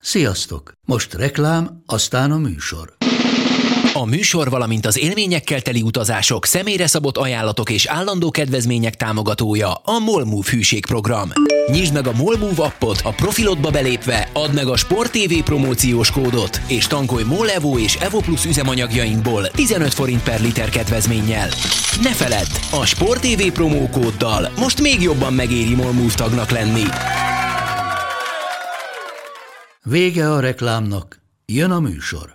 Sziasztok! Most reklám, aztán a műsor. A műsor, valamint az élményekkel teli utazások, személyre szabott ajánlatok és állandó kedvezmények támogatója a MOL Move hűségprogram. Nyisd meg a MOL Move appot, a profilodba belépve add meg a Sport TV promóciós kódot, és tankolj MOL Evo és Evo Plus üzemanyagjainkból 15 forint per liter kedvezménnyel. Ne feledd, a Sport TV promókóddal most még jobban megéri MOL Move tagnak lenni. Vége a reklámnak, jön a műsor.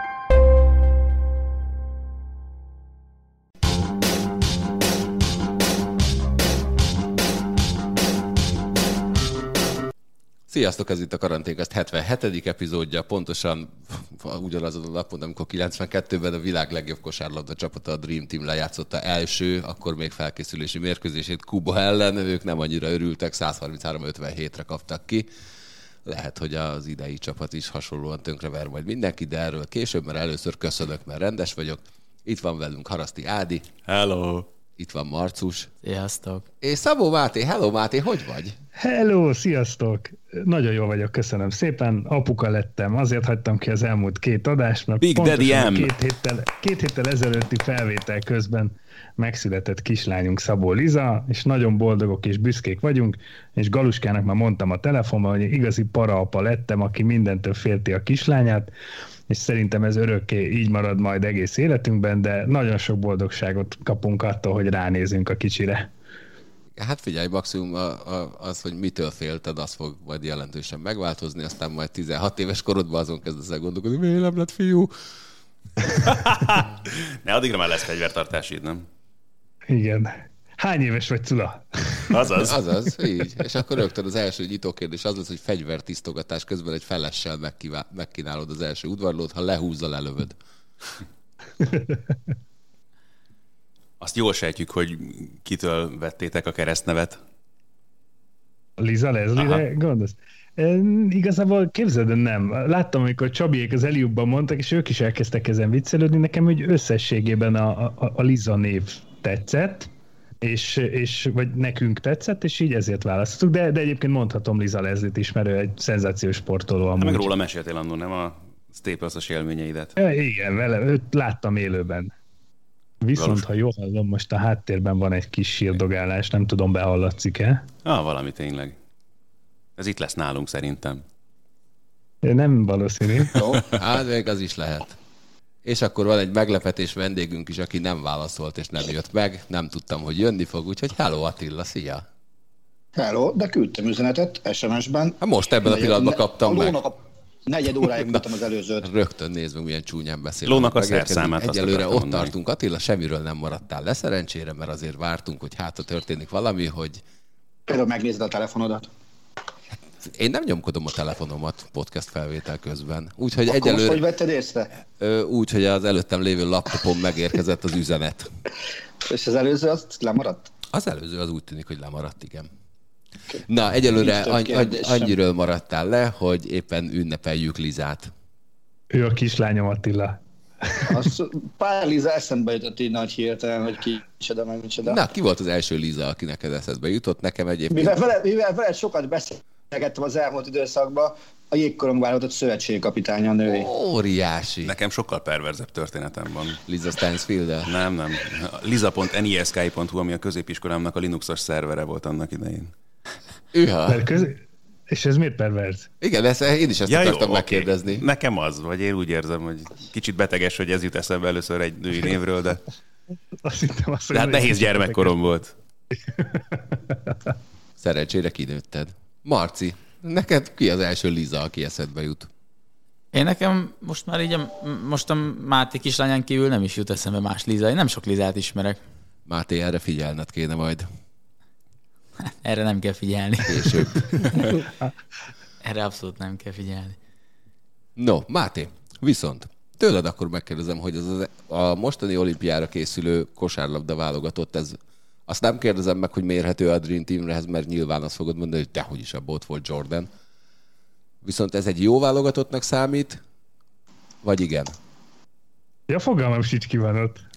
Sziasztok, ez itt a Karanténkast 77. epizódja, pontosan ugyanazon a napon, amikor 92-ben a világ legjobb kosárlabda csapata, a Dream Team lejátszotta első, akkor még felkészülési mérkőzését Kuba ellen, ők nem annyira örültek, 133-57-re kaptak ki. Lehet, hogy az idei csapat is hasonlóan tönkrever majd mindenki, de erről később, mert először köszönök, mert rendes vagyok. Itt van velünk Haraszti Ádi. Hello! Itt van Marcus. Sziasztok! És Szabó Máté. Hello Máté, hogy vagy? Hello, sziasztok! Nagyon jól vagyok, köszönöm szépen. Apuka lettem, azért hagytam ki az elmúlt 2 adást, mert Big Daddy M. két héttel ezelőtti felvétel közben megszületett kislányunk Szabó Liza, és nagyon boldogok és büszkék vagyunk, és Galuskának már mondtam a telefonban, hogy igazi paraapa lettem, aki mindentől félti a kislányát, és szerintem ez örökké így marad majd egész életünkben, de nagyon sok boldogságot kapunk attól, hogy ránézünk a kicsire. Hát figyelj, maximum az, hogy mitől félted, az fog majd jelentősen megváltozni, aztán majd 16 éves korodban azon kezdesz el gondolkodni, miért nem lett fiú? Ne, addigra már lesz fegyvertartásid, nem? Igen. Hány éves vagy, Cula? Azaz, így. És akkor rögtön az első nyitókérdés az lesz, hogy fegyvertisztogatás közben egy felessel megkínálod az első udvarlót, ha lehúzzal elövöd. Azt jól sejtjük, hogy kitől vettétek a keresztnevet. Liza Leslie-re gondolsz? Igazából képzeld, nem. Láttam, amikor Csabiék az Eliubban mondtak, és ők is elkezdtek ezen viccelődni. Nekem úgy összességében a Liza név tetszett, és vagy nekünk tetszett, és így ezért választottuk. De egyébként mondhatom Liza Leslie-t is, mert ő egy szenzációs sportoló amúgy. Meg róla meséltél annól, nem a Staples-os élményeidet? Ja, igen, vele, őt láttam élőben. Viszont, ha jól hallom, most a háttérben van egy kis sírdogálás, nem tudom, behallatszik-e? Valami tényleg. Ez itt lesz nálunk szerintem. Nem valószínű. Jó, hát még az is lehet. És akkor van egy meglepetés vendégünk is, aki nem válaszolt és nem jött meg. Nem tudtam, hogy jönni fog, úgyhogy hello Attila, szia! Hello, de küldtem üzenetet SMS-ben. Hát most ebben a pillanatban kaptam meg. A negyed óráig küldtem az előzőt. Rögtön nézd meg, milyen csúnyán beszélünk. Lónak a szerszámát. Egyelőre ott tartunk. Attila, semmiről nem maradtál le szerencsére, mert azért vártunk, hogy hát történik valami, hogy... Például megnézed a telefonodat. Én nem nyomkodom a telefonomat podcast felvétel közben. Úgyhogy akkor egyelőre... most hogy vetted észre? Úgy, hogy az előttem lévő laptopon megérkezett az üzenet. És az előző azt lemaradt? Az előző az úgy tűnik, hogy lemaradt, igen. Na, egyelőre annyiről maradtál le, hogy éppen ünnepeljük Lizát. Ő a kislányom, Attila. Pár Liza eszembe jutott így nagy hirtelen, hogy ki micsoda, meg micsoda. Na, ki volt az első Liza, aki neked eszedbe jutott? Nekem egyébként... Mivel vele sokat beszélgettem az elmúlt időszakban, a jégkorongválogatott szövetségkapitánya a női. Óriási. Nekem sokkal perverzebb történetem van. Liza Stansfield-el? Nem. Liza.nesky.hu, ami a középiskolámnak a Linuxos szervere volt annak idején. És ez miért perverz? Igen, én is ezt akartam megkérdezni. Okay. Nekem az, vagy én úgy érzem, hogy kicsit beteges, hogy ez jut eszembe először egy női névről, de... De hát nehéz gyermekkorom volt. Szerencsére kinőtted. Marci, neked ki az első Liza, aki eszedbe jut? Én nekem most már így most a Máté kislányán kívül nem is jut eszembe más Liza. Én nem sok Lizát ismerek. Máté, erre figyelned kéne majd. Erre nem kell figyelni. Később. Erre abszolút nem kell figyelni. No, Máté, viszont tőled akkor megkérdezem, hogy a mostani olimpiára készülő kosárlabda válogatott, azt nem kérdezem meg, hogy mérhető a Dream Teamrehez, mert nyilván azt fogod mondani, hogy dehogy is abból ott volt Jordan. Viszont ez egy jó válogatottnak számít, vagy igen? Ja, fogalmam sincs ki van ott.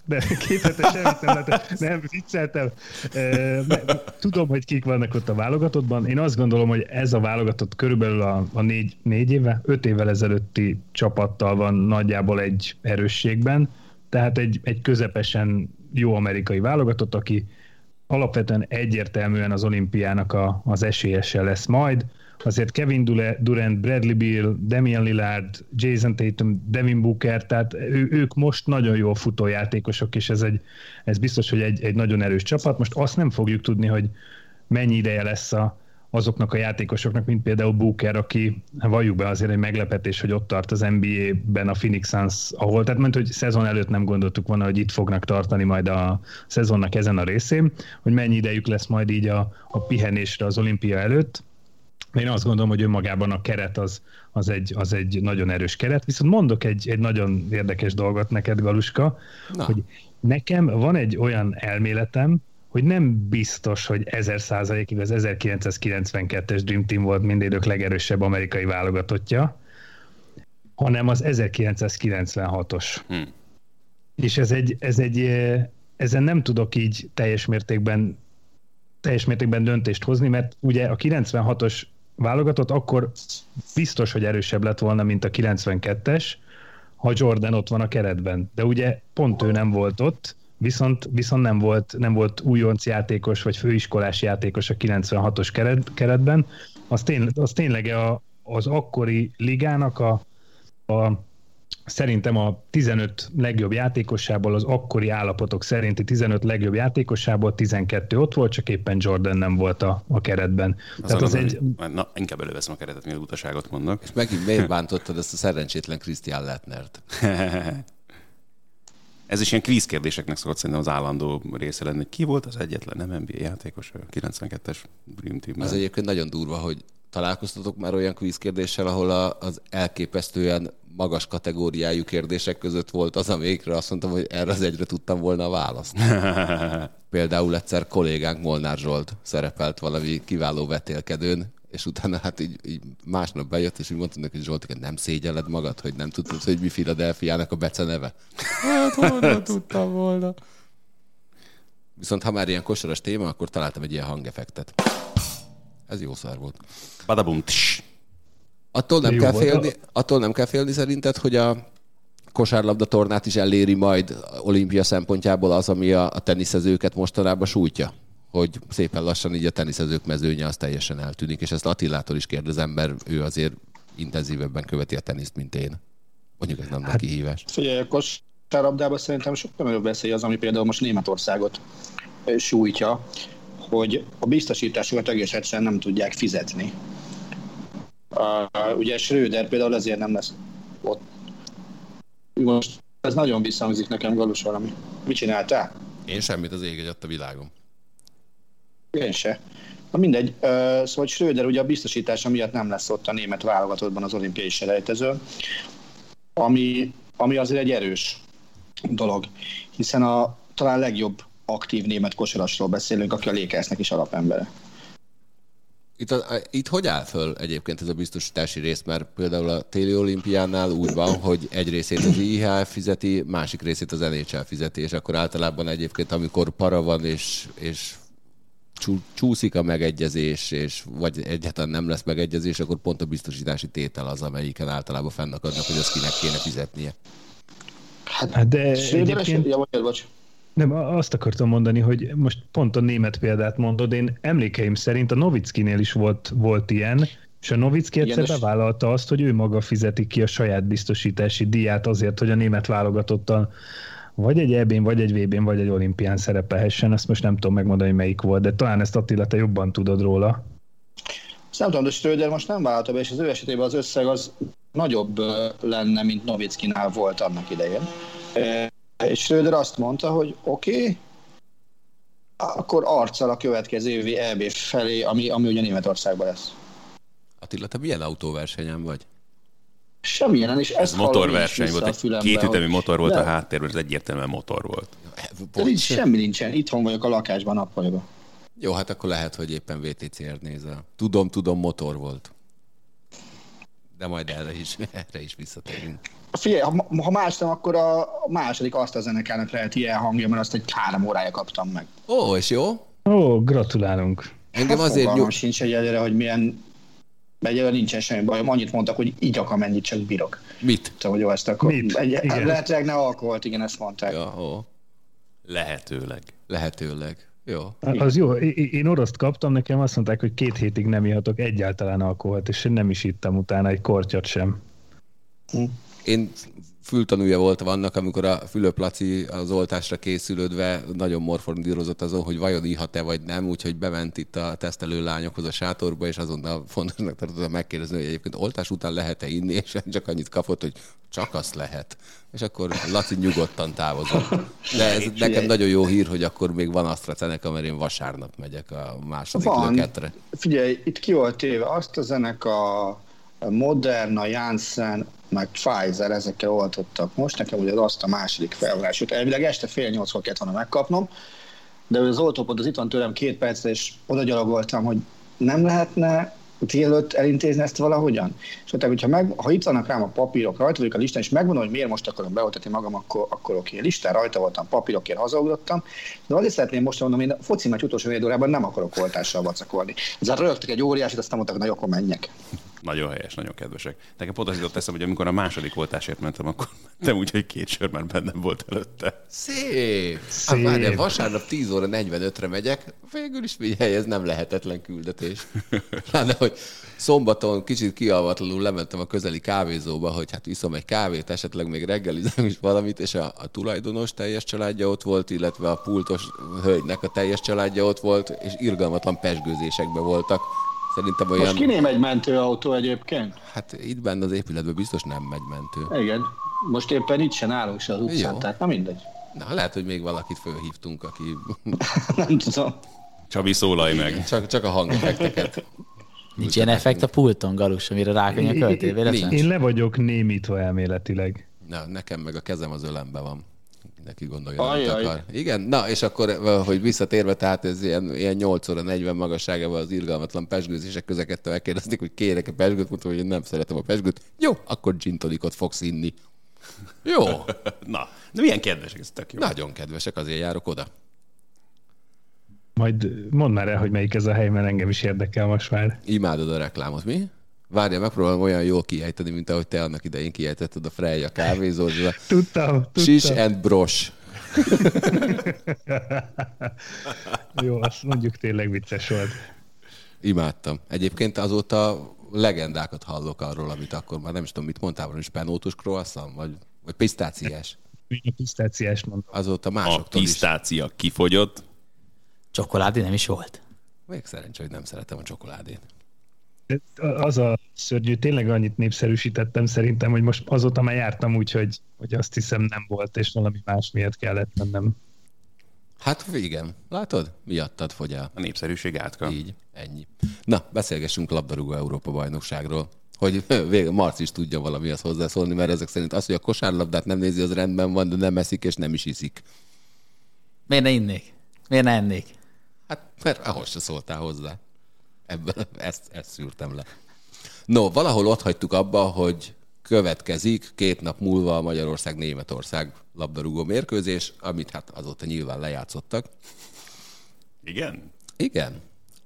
De 2 hete semmit nem látom. Nem, vicceltem. Tudom, hogy kik vannak ott a válogatottban. Én azt gondolom, hogy ez a válogatott körülbelül a 5 évvel ezelőtti csapattal van nagyjából egy erősségben. Tehát egy közepesen jó amerikai válogatott, aki alapvetően egyértelműen az olimpiának az esélyese lesz majd. Azért Kevin Durant, Bradley Beal, Damian Lillard, Jason Tatum, Devin Booker, tehát ők most nagyon jól futó játékosok, és ez biztos, hogy egy nagyon erős csapat. Most azt nem fogjuk tudni, hogy mennyi ideje lesz azoknak a játékosoknak, mint például Booker, aki, valljuk be, azért egy meglepetés, hogy ott tart az NBA-ben a Phoenix Suns, ahol, tehát mondta, hogy szezon előtt nem gondoltuk volna, hogy itt fognak tartani majd a szezonnak ezen a részén, hogy mennyi idejük lesz majd így a pihenésre az olimpia előtt. Én azt gondolom, hogy önmagában a keret az egy nagyon erős keret, viszont mondok egy nagyon érdekes dolgot neked, Galuska, hogy nekem van egy olyan elméletem, hogy nem biztos, hogy 1000%-ig az 1992-es Dream Team volt mindidők legerősebb amerikai válogatottja, hanem az 1996-os. És ezen nem tudok így teljes mértékben döntést hozni, mert ugye a 96-os válogatott akkor biztos, hogy erősebb lett volna, mint a 92-es, ha Jordan ott van a keretben. De ugye pont ő nem volt ott, viszont nem volt újonc játékos, vagy főiskolás játékos a 96-os keretben. Az tényleg az akkori ligának szerintem a 15 legjobb játékosából, az akkori állapotok szerinti 15 legjobb játékosából 12 ott volt, csak éppen Jordan nem volt a keretben. Inkább előveszem a keretet, mielőtt utaságot mondnak. És megint miért bántottad ezt a szerencsétlen Christian Leitnert? Ez is ilyen kvíz kérdéseknek szokott szerintem az állandó része lenni. Ki volt az egyetlen nem NBA játékos a 92-es Dream Teamben? Az egyébként nagyon durva, hogy találkoztatok már olyan kvíz kérdéssel, ahol az elképesztően magas kategóriájú kérdések között volt az, amikre azt mondtam, hogy erre az egyre tudtam volna a választ. Például egyszer kollégánk Molnár Zsolt szerepelt valami kiváló vetélkedőn, és utána hát így másnap bejött, és úgy mondtam neki, hogy Zsolt, hogy nem szégyelled magad, hogy nem tudtad, hogy mi Philadelphiának a beceneve? Hát honnan tudtam volna? Viszont ha már ilyen kosaras téma, akkor találtam egy ilyen hangeffektet. Ez jó szar volt. Badabum. Attól nem kell félni szerinted, hogy a kosárlabda tornát is eléri majd olimpia szempontjából az, ami a teniszezőket mostanában sújtja? Hogy szépen lassan így a teniszezők mezőnye az teljesen eltűnik, és ezt Attilától is kérdezem, mert ő azért intenzívebben követi a teniszt, mint én. Mondjuk ez nem nagy kihívás. Figyelj, a kosárlabdában szerintem sokkal nagyobb veszély az, ami például most Németországot sújtja, hogy a biztosításokat egész egyszerűen nem tudják fizetni. Ugye Schröder például ezért nem lesz ott. Most ez nagyon visszhangzik nekem, Galus, valami. Mit csináltál? Én semmit, az ég egyadt a világon. Én se. Na mindegy. Szóval Schröder ugye a biztosítása miatt nem lesz ott a német válogatottban az olimpiai selejtezőn, ami azért egy erős dolog, hiszen a talán legjobb aktív német kosarasról beszélünk, aki a Lakersnek is alapembere. Itt hogy áll föl egyébként ez a biztosítási rész? Mert például a téli olimpiánál úgy van, hogy egy részét az IHF fizeti, másik részét az NHL fizeti, és akkor általában egyébként, amikor para van, és csúszik a megegyezés, és vagy egyáltalán nem lesz megegyezés, akkor pont a biztosítási tétel az, amelyiken általában fennakadnak, hogy azt kinek kéne fizetnie. Hát de egyébként... Nem, azt akartam mondani, hogy most pont a német példát mondod, én emlékeim szerint a Nowitzkinél is volt ilyen, és a Nowitzki egyszer bevállalta azt, hogy ő maga fizeti ki a saját biztosítási díját azért, hogy a német válogatottal vagy egy EB-n, vagy egy VB-n, vagy egy olimpián szerepelhessen. Ezt most nem tudom megmondani, melyik volt, de talán ezt Attila, te jobban tudod róla. Ezt nem tudom, de Schröder most nem vállalta be, és az ő esetében az összeg az nagyobb lenne, mint Nowitzkinál volt annak idején. És Schröder azt mondta, hogy oké, akkor arccal a következő évi EB felé, ami ugye Németországban lesz. Attila, te milyen autóversenyen vagy? Semmilyen, és ez motorverseny volt, egy kétütemű motor volt a háttérben, ez egyértelműen motor volt. De így semmi nincsen, itthon vagyok a lakásban, nappaliban. Jó, hát akkor lehet, hogy éppen VTCR nézel. Tudom, motor volt. De majd erre is visszatérünk. Figyelj, ha más nem, akkor a második AstraZeneca-nak lehet ilyen hangja, mert azt egy 3 órája kaptam meg. Ó, és jó? Ó, gratulálunk. Engem azért sincs egyelőre, hogy milyen... Egyelőre nincsen semmi bajom. Annyit mondtak, hogy igyak, amennyit csak bírok. Mit? Szóval, hogy jó, ezt akkor... Lehetőleg ne alkoholt, igen, ezt mondták. Ja, ó. Lehetőleg. Jó. Az jó. Én oroszt kaptam, nekem azt mondták, hogy 2 hétig nem ihatok egyáltalán alkoholt, és én nem is ittam utána egy kortyot sem. Én fültanúja voltam annak, amikor a Fülöp Laci az oltásra készülődve nagyon morfondírozott azon, hogy vajon ihat-e vagy nem, úgyhogy bement itt a tesztelő lányokhoz a sátorba, és azonnal fontosnak tartottam megkérdezni, hogy egyébként oltás után lehet-e inni, és csak annyit kapott, hogy csak azt lehet. És akkor Laci nyugodtan távozott. De ez nekem nagyon jó hír, hogy akkor még van AstraZeneca, mert én vasárnap megyek a második löketre. Figyelj, itt ki volt téve AstraZeneca, Moderna, Janssen, meg Pfizer, ezekkel oltottak most. Nekem ugye az a második felvonás. Sőt, elvileg este 7:30-kor kellett volna megkapnom, de az oltópont az itt van tőlem 2 percre, és oda gyalogoltam, hogy nem lehetne délelőtt elintézni ezt valahogyan. És mondták, ha itt vannak rám a papírok, rajta vagyok a listán, és megmondom, hogy miért most akarom beoltatni magam, akkor oké. A listán rajta voltam, papírokért hazaugrottam, de azért szeretném most mondom, én a foci meccs utolsó 4 órában nem akarok oltással vacakolni. Ezzel rögtük egy óriásit, aztán mondtak, hogy akkor menjek. Nagyon helyes, nagyon kedvesek. Nekem pont az jutott eszembe, hogy amikor a második oltásért mentem, akkor mentem úgy, hogy 2 sör már bennem volt előtte. Szép! Várjál, vasárnap 10:45-re megyek, végül is figyelj, ez nem lehetetlen küldetés. Lána, hogy szombaton kicsit kialvatlanul lementem a közeli kávézóba, hogy hát iszom egy kávét, esetleg még reggelizem is valamit, és a tulajdonos teljes családja ott volt, illetve a pultos hölgynek a teljes családja ott volt, és irgalmatlan pezsgőzésekben voltak. Szerintem olyan... Most kiné megy mentőautó egyébként? Hát itt benne az épületben biztos nem megy mentő. Igen. Most éppen itt sem állunk se az utcán, tehát na mindegy. Na, lehet, hogy még valakit fölhívtunk, aki... Nem tudom. Csabi, szólalj meg. Csak a hangeffekteket. Nincs ilyen effekt a pulton, Galus, amire rákonyaköltél véletlen? Én le vagyok némítva elméletileg. Na, nekem meg a kezem az ölembe van. Mindenki gondolja, amit akar. Igen, na és akkor, hogy visszatérve, tehát ez ilyen 8 óra 40 magasságában az irgalmatlan pezsgőzések közöket megkérdezték, hogy kérek-e pezsgőt, mondtam, hogy én nem szeretem a pezsgőt. Jó, akkor gin tonicot fogsz inni. Jó. Na, de milyen kedvesek, ez tök jó. Nagyon kedvesek, azért járok oda. Majd mondd már el, hogy melyik ez a hely, mert engem is érdekel most már. Imádod a reklámot, mi? Várjál, megpróbálom olyan jól kiejteni, mint ahogy te annak idején kiejtetted a Freja kávézót. Tudtam. Shish and Bros. Jó, azt mondjuk tényleg vicces volt. Imádtam. Egyébként azóta legendákat hallok arról, amit akkor már nem is tudom, mit mondtál, valami spenótus croissant, vagy pisztáciás. A pisztáciás mondom. Azóta másoktól is. A pisztácia kifogyott. Csokoládé nem is volt. Még szerencsé, hogy nem szeretem a csokoládét. Az a szörnyű, tényleg annyit népszerűsítettem szerintem, hogy most azóta már jártam úgy, hogy azt hiszem nem volt, és valami más miatt kellett mennem. Hát igen, látod? Miattad fogy el. A népszerűség átka. Így, ennyi. Na, beszélgessünk labdarúgó Európa-bajnokságról. Hogy Marci is tudja valamihez hozzászólni, mert ezek szerint az, hogy a kosárlabdát nem nézi, az rendben van, de nem eszik és nem is iszik. Miért ne innék? Miért ne ennék? Hát, mert ahhoz se szóltál hozzá. Ebből ezt szűrtem le. No, valahol ott hagytuk abba, hogy következik 2 nap múlva a Magyarország-Németország labdarúgó mérkőzés, amit hát azóta nyilván lejátszottak. Igen? Igen.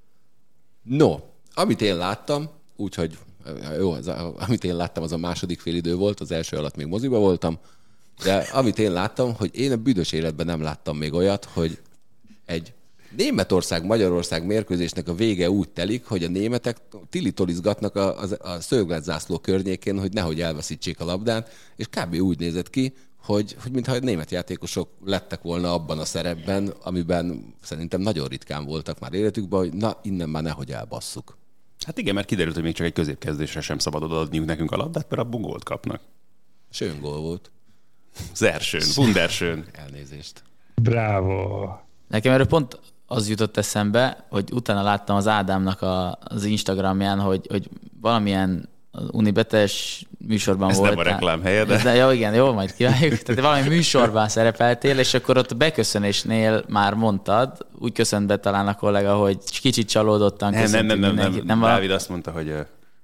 No, amit én láttam, úgyhogy jó, amit én láttam, az a második félidő volt, az első alatt még moziba voltam, de amit én láttam, hogy én a büdös életben nem láttam még olyat, hogy egy Németország-Magyarország mérkőzésnek a vége úgy telik, hogy a németek tilitolizgatnak a szögletzászló környékén, hogy nehogy elveszítsék a labdát, és kb. Úgy nézett ki, hogy mintha a német játékosok lettek volna abban a szerepben, amiben szerintem nagyon ritkán voltak már életükben, hogy na, innen már nehogy elbasszuk. Hát igen, mert kiderült, hogy még csak egy középkezdésre sem szabad odaadniuk nekünk a labdát, mert abból gólt kapnak. Sőn gól volt. Zersőn, Wundersőn. Elnézést. Bravo. Nekem erről pont az jutott eszembe, hogy utána láttam az Ádámnak az Instagramján, hogy valamilyen Unibetes műsorban ez volt. Ez nem a reklám helye, de... Jó, igen, jó, majd kívánjuk. Tehát valami műsorban szerepeltél, és akkor ott a beköszönésnél már mondtad, úgy köszönt be talán a kollega, hogy kicsit csalódottan köszöntünk Nem. Dávid azt mondta, hogy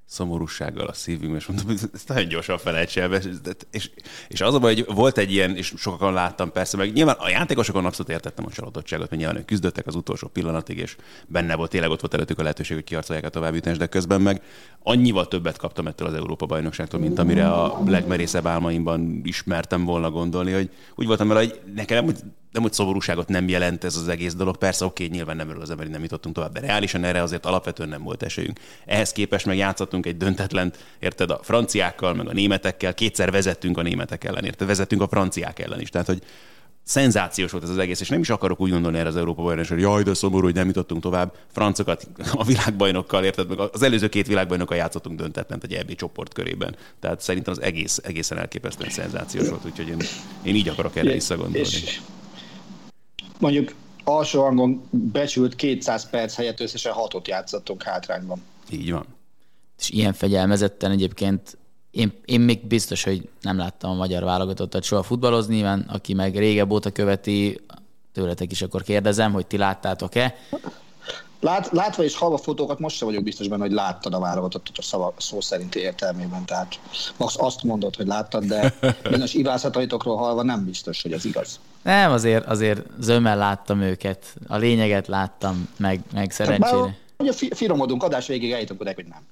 szomorúsággal a szívünk, és mondom, ezt nagyon gyorsan felejts el. És az a baj, hogy volt egy ilyen, és sokan láttam persze, meg nyilván a játékosokon abszolút értettem a csalódottságot, mert nyilván ők küzdöttek az utolsó pillanatig, és benne volt, tényleg ott volt előttük a lehetőség, hogy kiharcolják a továbbjutást, de közben meg annyival többet kaptam ettől az Európa-bajnokságtól, mint amire a legmerészebb álmaimban ismertem volna gondolni, hogy úgy voltam vele, hogy nekem nem hogy szomorúságot nem jelent ez az egész dolog. Persze, oké, nyilván nem örül az ember, nem jutottunk tovább, de reálisan erre azért alapvetően nem volt esélyünk. Ehhez képest meg játszottunk egy döntetlent, érted, a franciákkal, meg a németekkel, kétszer vezettünk a németek ellen, érted, vezettünk a franciák ellen is. Tehát, hogy szenzációs volt ez az egész, és nem is akarok úgy gondolni erre az Európa-bajnokságra, hogy jaj, de szomorú, hogy nem jutottunk tovább. Francokat a világbajnokkal, érted, meg az előző 2 világbajnokkal játszottunk döntetlent egy EB csoportkörében. Tehát szerintem az egészen elképesztően szenzációs volt, úgyhogy én így akarok erre visszagondolni. Mondjuk alsó hangon becsült 200 perc helyett összesen 6-ot játszottunk hátrányban. Így van. És ilyen fegyelmezetten egyébként én még biztos, hogy nem láttam a magyar válogatottat soha futballozni, nyilván aki meg régebb óta követi, tőletek is akkor kérdezem, hogy ti láttátok-e? Látva és hallva fotókat most sem vagyok biztos benne, hogy láttad a válogatottat a szó szerinti értelmében. Tehát azt mondod, hogy láttad, de bizonyos ivászataitokról hallva nem biztos, hogy ez igaz. Nem, azért zömmel láttam őket. A lényeget láttam, meg szerencsére. Bár, ugye firomodunk, adás végig eljutunk oda, hogy nem.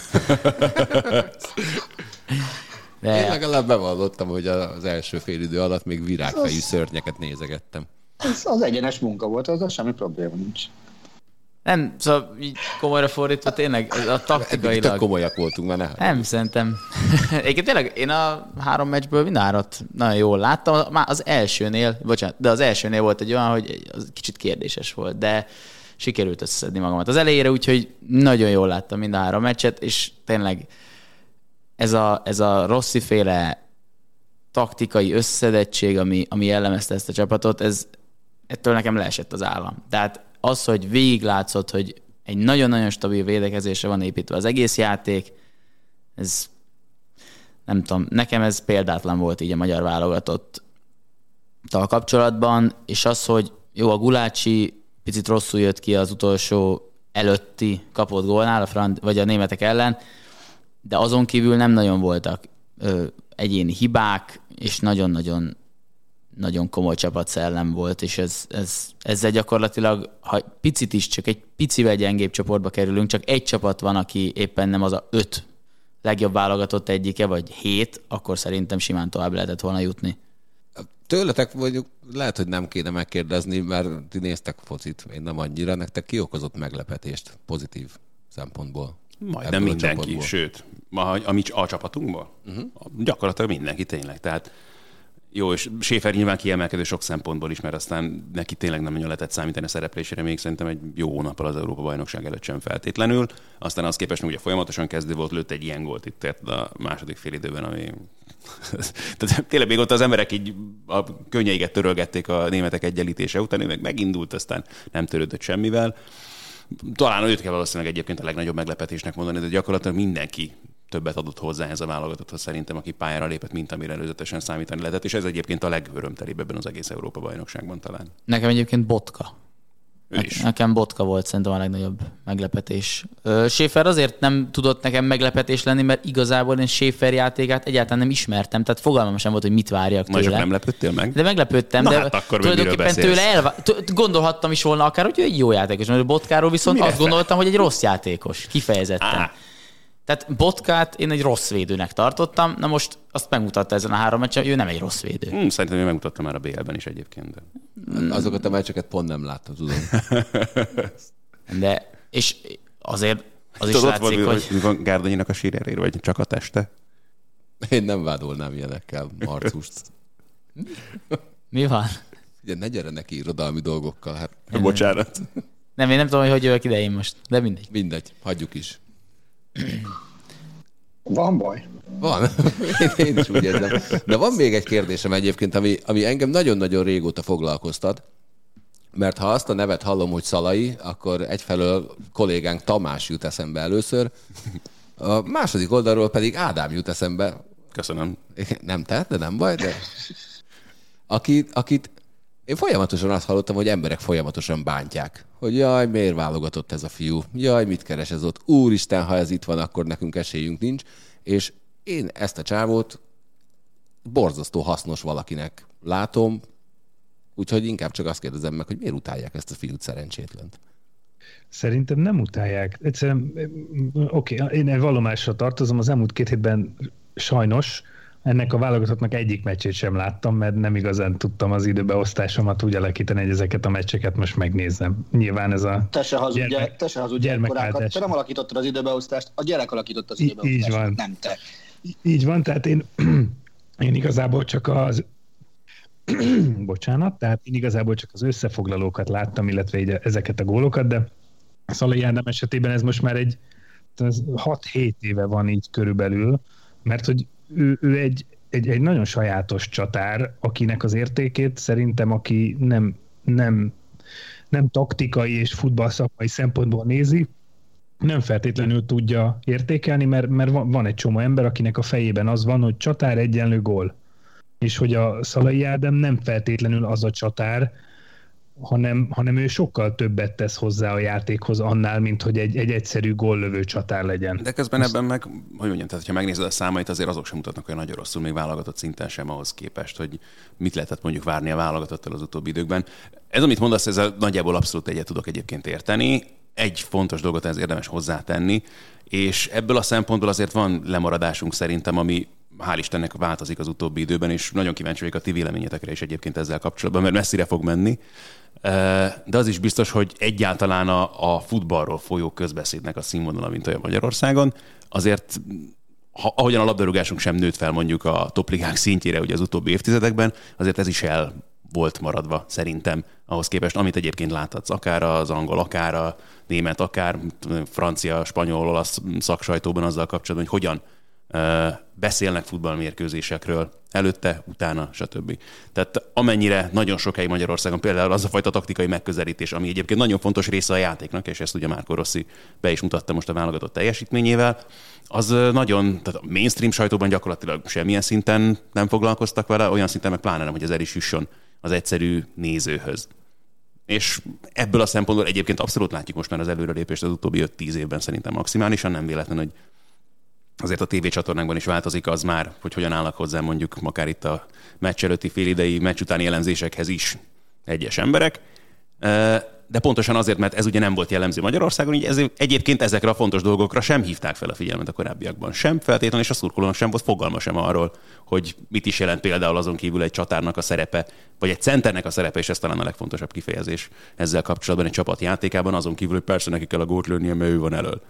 De... Én legalább bevallottam, hogy az első félidő alatt még virágfejű szörnyeket nézegettem. Ez az egyenes munka volt, az semmi probléma nincs. Nem, szóval így komolyra fordítva tényleg a taktikailag... Tök komolyak voltunk már. Nem, szerintem. Egyébként tényleg én a 3 meccsből mindenárat nagyon jól láttam. Már az elsőnél, de az elsőnél volt egy olyan, hogy az kicsit kérdéses volt, de sikerült összeszedni magamat az elejére, úgyhogy nagyon jól láttam mind a 3 meccset, és tényleg ez a Rossi-féle taktikai összedettség, ami jellemezte ezt a csapatot, ettől nekem leesett az állam. Tehát az, hogy végiglátszott, hogy egy nagyon-nagyon stabil védekezésre van építve az egész játék, ez nem tudom, nekem ez példátlan volt így a magyar válogatottal kapcsolatban, és az, hogy jó, a Gulácsi picit rosszul jött ki az utolsó előtti kapott gólnál, vagy a németek ellen, de azon kívül nem nagyon voltak egyéni hibák, és nagyon-nagyon komoly csapatszellem volt, és ezzel gyakorlatilag, ha picit is, csak egy picivel gyengébb csoportba kerülünk, csak egy csapat van, aki éppen nem az a 5 legjobb válogatott egyike, vagy 7, akkor szerintem simán tovább lehetett volna jutni. Tőletek mondjuk lehet, hogy nem kéne megkérdezni, mert ti néztek focit, én nem annyira. Nektek ki okozott meglepetést pozitív szempontból? Majdnem mindenki, sőt, a csapatunkból? Gyakorlatilag mindenki tényleg, tehát jó, és Schäfer nyilván kiemelkedő sok szempontból is, mert aztán neki tényleg nem nagyon lehetett számítani a szereplésére, még szerintem egy jó hónappal az Európa-bajnokság előtt sem feltétlenül. Aztán az képest, ugye folyamatosan kezdő volt, lőtt egy ilyen gólt itt a második félidőben, ami... Tehát tényleg még ott az emberek így a könnyeiket törölgették a németek egyenlítése után, ő meg megindult, aztán nem törődött semmivel. Talán őt kell valószínűleg egyébként a legnagyobb meglepetésnek mondani, de gyakorlatilag mindenki többet adott hozzá ez a válogatotthoz szerintem, aki pályára lépett, mint amire előzetesen számítani lehetett, és ez egyébként a legörömtelibb ebben az egész Európa-bajnokságban talán. Nekem egyébként Botka. Nekem Botka volt szerintem a legnagyobb meglepetés. Schäfer azért nem tudott nekem meglepetés lenni, mert igazából én Schäfer játékát egyáltalán nem ismertem, tehát fogalmam sem volt, hogy mit várjak tőle. Majd nem lepődtél meg? De meglepődtem, na, de hát akkor tulajdonképpen tőle gondolhattam is volna akár, hogy ő egy jó játékos, mert Botkáról viszont azt gondoltam, hogy egy rossz játékos, kifejezetten. Tehát Botkát én egy rossz védőnek tartottam, na most azt megmutatta ezen a 3 meccsen, hogy ő nem egy rossz védő. Szerintem ő megmutatta már a BL-ben is egyébként. De... Azokat a meccseket pont nem láttam, tudom. De, és azért az is látszik, hogy... Mi van Gárdonyinak a síreréről, vagy csak a teste? Én nem vádolnám ilyenekkel Marcust. Mi van? Ugye ne gyere neki irodalmi dolgokkal. Hát. Bocsánat. Nem, én nem tudom, hogy jövök ide én most, de mindegy. Mindegy, hagyjuk is. Van baj? Van. Én is úgy érzem. De van még egy kérdésem egyébként, ami engem nagyon-nagyon régóta foglalkoztat, mert ha azt a nevet hallom, hogy Szalai, akkor egyfelől kollégánk Tamás jut eszembe először, a második oldalról pedig Ádám jut eszembe. Köszönöm. Nem te, de nem baj, de akit Én folyamatosan azt hallottam, hogy emberek folyamatosan bántják, hogy jaj, miért válogatott ez a fiú, jaj, mit keres ez ott, úristen, ha ez itt van, akkor nekünk esélyünk nincs, és én ezt a csávót borzasztó hasznos valakinek látom, úgyhogy inkább csak azt kérdezem meg, hogy miért utálják ezt a fiút szerencsétlent. Szerintem nem utálják. Egyszerűen, én vallomásra tartozom, az elmúlt 2 hétben sajnos ennek a válogatottnak egyik meccsét sem láttam, mert nem igazán tudtam az időbeosztásomat úgy alakítani, hogy ezeket a meccseket most megnézzem. Nyilván ez a te se hazudj korákat. Te nem alakítottad az időbeosztást, a gyerek alakította az időbeosztást, így van. nem te. Így van, tehát én igazából csak az tehát én igazából csak az összefoglalókat láttam, illetve így ezeket a gólokat, de Szalai Ádám esetében ez most már 6-7 éve van így körülbelül, mert hogy ő egy nagyon sajátos csatár, akinek az értékét szerintem, aki nem taktikai és futballszakmai szempontból nézi, nem feltétlenül tudja értékelni, mert van egy csomó ember, akinek a fejében az van, hogy csatár egyenlő gól. És hogy a Szalai Ádám nem feltétlenül az a csatár, hanem ő sokkal többet tesz hozzá a játékhoz annál, mint hogy egy egyszerű góllövő csatár legyen. De közben ebben meg, hogy mondjam, tehát ha megnézed a számait, azért azok sem mutatnak olyan nagyon rosszul, még válogatott szinten sem ahhoz képest, hogy mit lehetett mondjuk várni a válogatottal az utóbbi időkben. Ez, amit mondasz, ezzel nagyjából abszolút egyet tudok egyébként érteni. Egy fontos dolgot ez érdemes hozzátenni, és ebből a szempontból azért van lemaradásunk szerintem, ami hál' Istennek változik az utóbbi időben, és nagyon kíváncsi vagyok a ti véleményetekre is egyébként ezzel kapcsolatban, mert messzire fog menni. De az is biztos, hogy egyáltalán a futballról folyó közbeszédnek a színvonala, mint olyan Magyarországon, azért, ahogyan a labdarúgásunk sem nőtt fel mondjuk a topligák szintjére ugye az utóbbi évtizedekben, azért ez is el volt maradva szerintem ahhoz képest, amit egyébként láthatsz, akár az angol, akár a német, akár francia, spanyol, olasz szaksajtóban azzal kapcsolatban, hogy hogyan beszélnek futballmérkőzésekről előtte, utána, stb. Tehát amennyire nagyon sokáig Magyarországon például az a fajta taktikai megközelítés, ami egyébként nagyon fontos része a játéknak, és ezt ugye Márko Rossi be is mutatta most a válogatott teljesítményével, az nagyon, tehát a mainstream sajtóban gyakorlatilag semmilyen szinten nem foglalkoztak vele, olyan szinten meg pláne nem, hogy ez el is jusson az egyszerű nézőhöz. És ebből a szempontból egyébként abszolút látjuk most már az előrelépést az utóbbi 5-10 évben szerintem maximálisan, nem véletlen, hogy azért a tévécsatornákban is változik az már, hogy hogyan állnak hozzá mondjuk akár itt a meccs előtti félidei, meccs utáni elemzésekhez is egyes emberek. De pontosan azért, mert ez ugye nem volt jellemző Magyarországon, így egyébként ezekre a fontos dolgokra sem hívták fel a figyelmet a korábbiakban. Sem feltétlenül, és a szurkolónak sem volt fogalma sem arról, hogy mit is jelent például azon kívül egy csatárnak a szerepe, vagy egy centernek a szerepe, és ez talán a legfontosabb kifejezés ezzel kapcsolatban egy csapat játékában, azon kívül, hogy persze neki kell a gólt lőnie, mert ő van elől.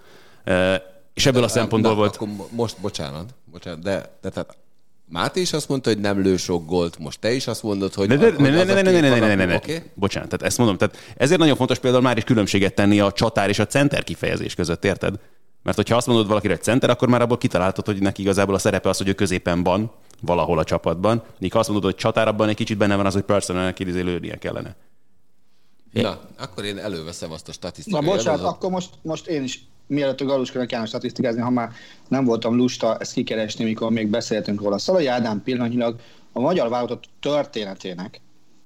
És ebből a szempontból volt... Akkor most, bocsánat, de tehát Máté is azt mondta, hogy nem lő sok gólt, most te is azt mondod, hogy... Ne. Bocsánat, tehát ezt mondom. Tehát ezért nagyon fontos például már is különbséget tenni a csatár és a center kifejezés között, érted? Mert hogyha azt mondod valakire, hogy center, akkor már abból kitaláltad, hogy neki igazából a szerepe az, hogy ő középen van, valahol a csapatban. Míg ha azt mondod, hogy csatár, abban egy kicsit benne van az, hogy personalnek lőnie kellene. Na, akkor én előveszem azt a statisztikát. Na bocsánat, akkor most én is, mielőtt a Galuskának kellene statisztikázni, ha már nem voltam lusta ezt kikeresni, mikor még beszéltünk róla. Szalai Ádám pillanatnyilag a magyar válogatott történetének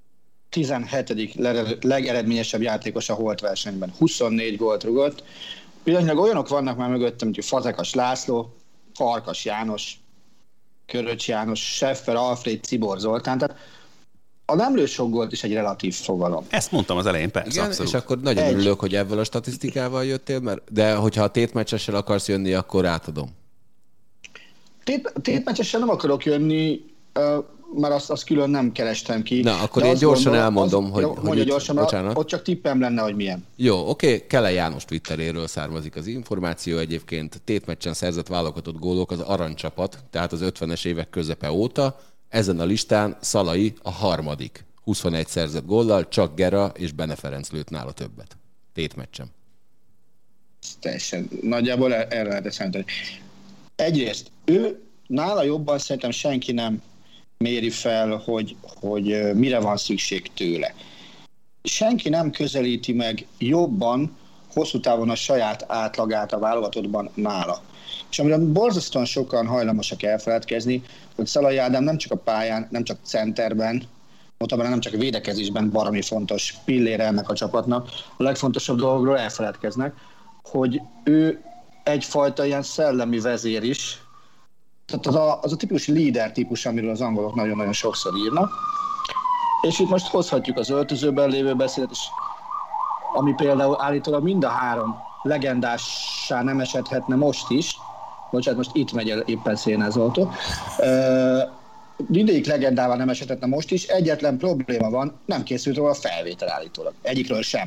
17. legeredményesebb játékos a holt versenyben. 24 gólt rugott. Pillanatnyilag olyanok vannak már mögöttem, mint Fazekas László, Farkas János, Köröcs János, Seffer, Alfred, Cibor Zoltán. Tehát a nem lő sok gólt is egy relatív fogalom. Ezt mondtam az elején, persze, igen, abszolút. És akkor nagyon örülök, hogy ebből a statisztikával jöttél, de hogyha a tétmeccsessel akarsz jönni, akkor átadom. Tétmeccsessel nem akarok jönni, mert azt külön nem kerestem ki. Na, akkor én gyorsan elmondom, hogy mondja gyorsan, ott csak tippem lenne, hogy milyen. Jó, oké. Kele János Twitteréről származik az információ. Egyébként tétmeccsen szerzett válogatott gólok az aranycsapat, tehát az 50-es évek közepe óta. Ezen a listán Szalai a harmadik. 21 szerzett góllal, csak Gera és Bene Ferenc lőtt nála többet. Tétmeccsen. Teljesen. Nagyjából erre lehet számítani. Egyrészt ő nála jobban szerintem senki nem méri fel, hogy mire van szükség tőle. Senki nem közelíti meg jobban hosszú távon a saját átlagát a válogatottban nála. És amire borzasztóan sokan hajlamosak elfeledkezni, hogy Szalai Ádám nem csak a pályán, nem csak centerben, notabene nem csak a védekezésben baromi fontos pillére ennek a csapatnak, a legfontosabb dolgokról elfeledkeznek, hogy ő egyfajta ilyen szellemi vezér is, tehát az a típus líder típus, amiről az angolok nagyon-nagyon sokszor írnak, és itt most hozhatjuk az öltözőben lévő beszédet is, ami például állítólag mind a 3 legendássá nem esedhetne most is, bocsánat, most itt megy el éppen Széna Zoltó, mindegyik legendával nem esedhetne most is, egyetlen probléma van, nem készült róla a felvétel állítólag. Egyikről sem.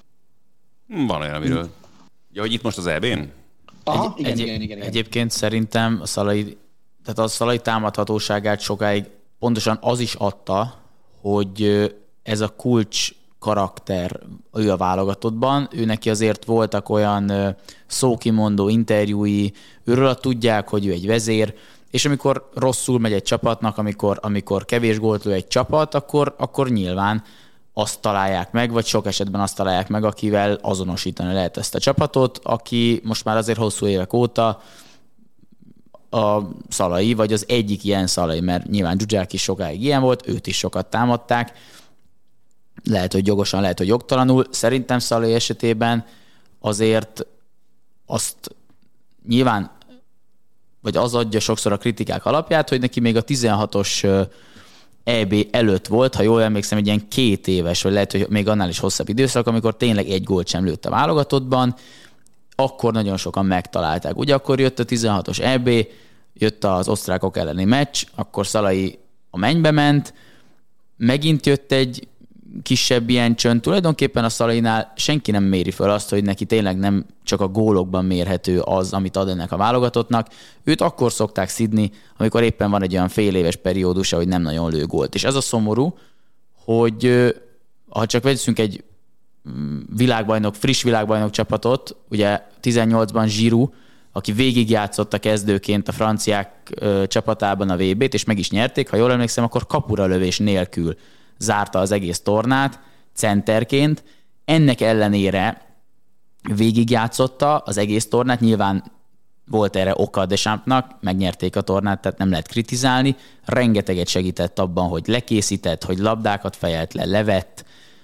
Van olyan, amiről. Ja, hogy itt most az EB-n? Aha, igen. Egyébként szerintem a Szalai támadhatóságát sokáig pontosan az is adta, hogy ez a kulcs karakter ő a válogatottban, ő neki azért voltak olyan szókimondó interjúi, őről tudják, hogy ő egy vezér, és amikor rosszul megy egy csapatnak, amikor kevés gólt lő egy csapat, akkor nyilván azt találják meg, vagy sok esetben azt találják meg, akivel azonosítani lehet ezt a csapatot, aki most már azért hosszú évek óta a Szalai, vagy az egyik ilyen Szalai, mert nyilván Dzsuzsák is sokáig ilyen volt, őt is sokat támadták, lehet, hogy jogosan, lehet, hogy jogtalanul. Szerintem Szalai esetében azért azt nyilván, vagy az adja sokszor a kritikák alapját, hogy neki még a 16-os EB előtt volt, ha jól emlékszem, egy ilyen 2 éves, vagy lehet, hogy még annál is hosszabb időszak, amikor tényleg egy gólt sem lőtt a válogatottban, akkor nagyon sokan megtalálták. Ugye akkor jött a 16-os EB, jött az osztrákok elleni meccs, akkor Szalai a mennybe ment, megint jött egy kisebb ilyen csönd. Tulajdonképpen a Szalainál senki nem méri föl azt, hogy neki tényleg nem csak a gólokban mérhető az, amit ad ennek a válogatottnak. Őt akkor szokták szidni, amikor éppen van egy olyan fél éves periódusa, hogy nem nagyon lő gólt. És ez a szomorú, hogy ha csak vegyünk egy friss világbajnok csapatot, ugye 18-ban Giroud, aki végigjátszott kezdőként a franciák csapatában a VB-t, és meg is nyerték, ha jól emlékszem, akkor kapura lövés nélkül zárta az egész tornát, centerként. Ennek ellenére végigjátszotta az egész tornát, nyilván volt erre oka Deschampsnak, megnyerték a tornát, tehát nem lehet kritizálni. Rengeteget segített abban, hogy lekészített, hogy labdákat fejelt le, levett,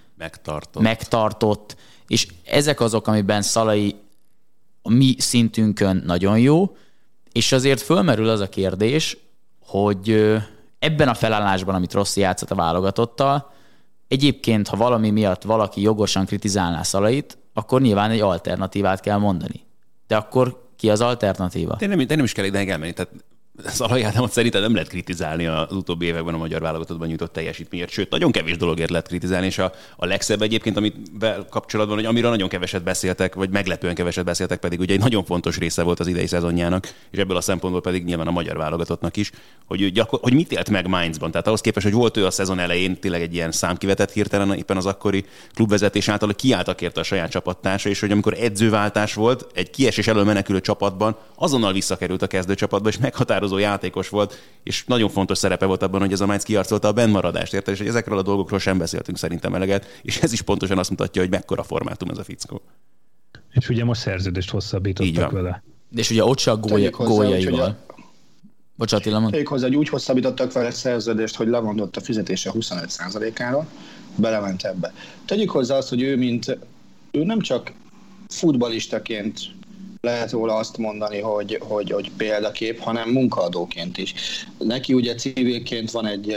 megtartott, és ezek azok, amiben Szalai a mi szintünkön nagyon jó, és azért fölmerül az a kérdés, hogy ebben a felállásban, amit Rossi játszott a válogatottal, egyébként, ha valami miatt valaki jogosan kritizálná Szalait, akkor nyilván egy alternatívát kell mondani. De akkor ki az alternatíva? De nem is kell ideig elmenni. Tehát Szalai Ádámot szerintem nem lehet kritizálni az utóbbi években a magyar válogatottban nyújtott teljesítményért, sőt, nagyon kevés dologért lehet kritizálni, és a legszebb egyébként, amit kapcsolatban, hogy amiről nagyon keveset beszéltek, vagy meglepően keveset beszéltek, pedig ugye egy nagyon fontos része volt az idei szezonjának, és ebből a szempontból pedig nyilván a magyar válogatottnak is, hogy mit élt meg Mainzban. Tehát ahhoz képest, hogy volt ő a szezon elején tényleg egy ilyen számkivetett hirtelen éppen az akkori klubvezetés által, hogy kiálltak érte a saját csapattársa, és hogy amikor edzőváltás volt, egy kiesés elől menekülő csapatban azonnal visszakerült a kezdőcsapatba, és meghatározó játékos volt, és nagyon fontos szerepe volt abban, hogy ez a Mainz kiharcolta a bennmaradást, érted? És hogy ezekről a dolgokról sem beszéltünk szerintem eleget, és ez is pontosan azt mutatja, hogy mekkora formátum ez a fickó. És ugye most szerződést hosszabbítottak vele. És ugye ott csak góljaival. Bocsánat, Attila, mondd. Tegyük hozzá, hogy úgy hosszabbítottak vele szerződést, hogy lemondott a fizetése 25%-áról, belement ebbe. Tegyük hozzá azt, hogy ő nem csak futballistaként lehet róla azt mondani, hogy példakép, hanem munkaadóként is. Neki ugye civilként van egy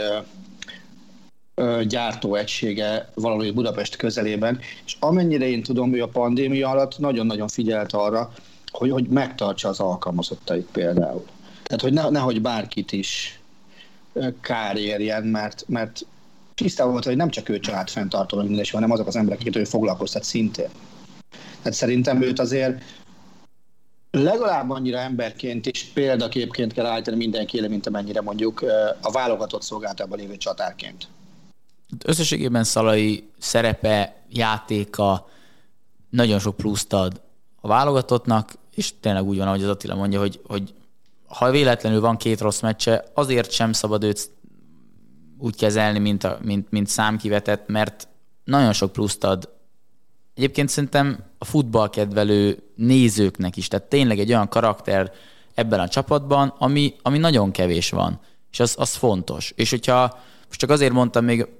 gyártóegysége valahol Budapest közelében, és amennyire én tudom, ő a pandémia alatt nagyon-nagyon figyelt arra, hogy megtartsa az alkalmazottait például. Tehát, hogy nehogy bárkit is kár érjen, mert tisztában volt, hogy nem csak ő családfenntartó, hanem azok az emberek, akik ő foglalkoztat szintén. Tehát szerintem őt azért legalább annyira emberként és példaképként kell állítani mindenki éle, mint amennyire mondjuk a válogatott szolgálatában lévő csatárként. Összességében Szalai szerepe, játéka nagyon sok pluszt ad a válogatottnak, és tényleg úgy van, ahogy az Attila mondja, hogy ha véletlenül van 2 rossz meccse, azért sem szabad őt úgy kezelni, mint számkivetett, mert nagyon sok pluszt ad. Egyébként szerintem a futballkedvelő nézőknek is, tehát tényleg egy olyan karakter ebben a csapatban, ami nagyon kevés van, és az fontos. És hogyha most csak azért mondtam még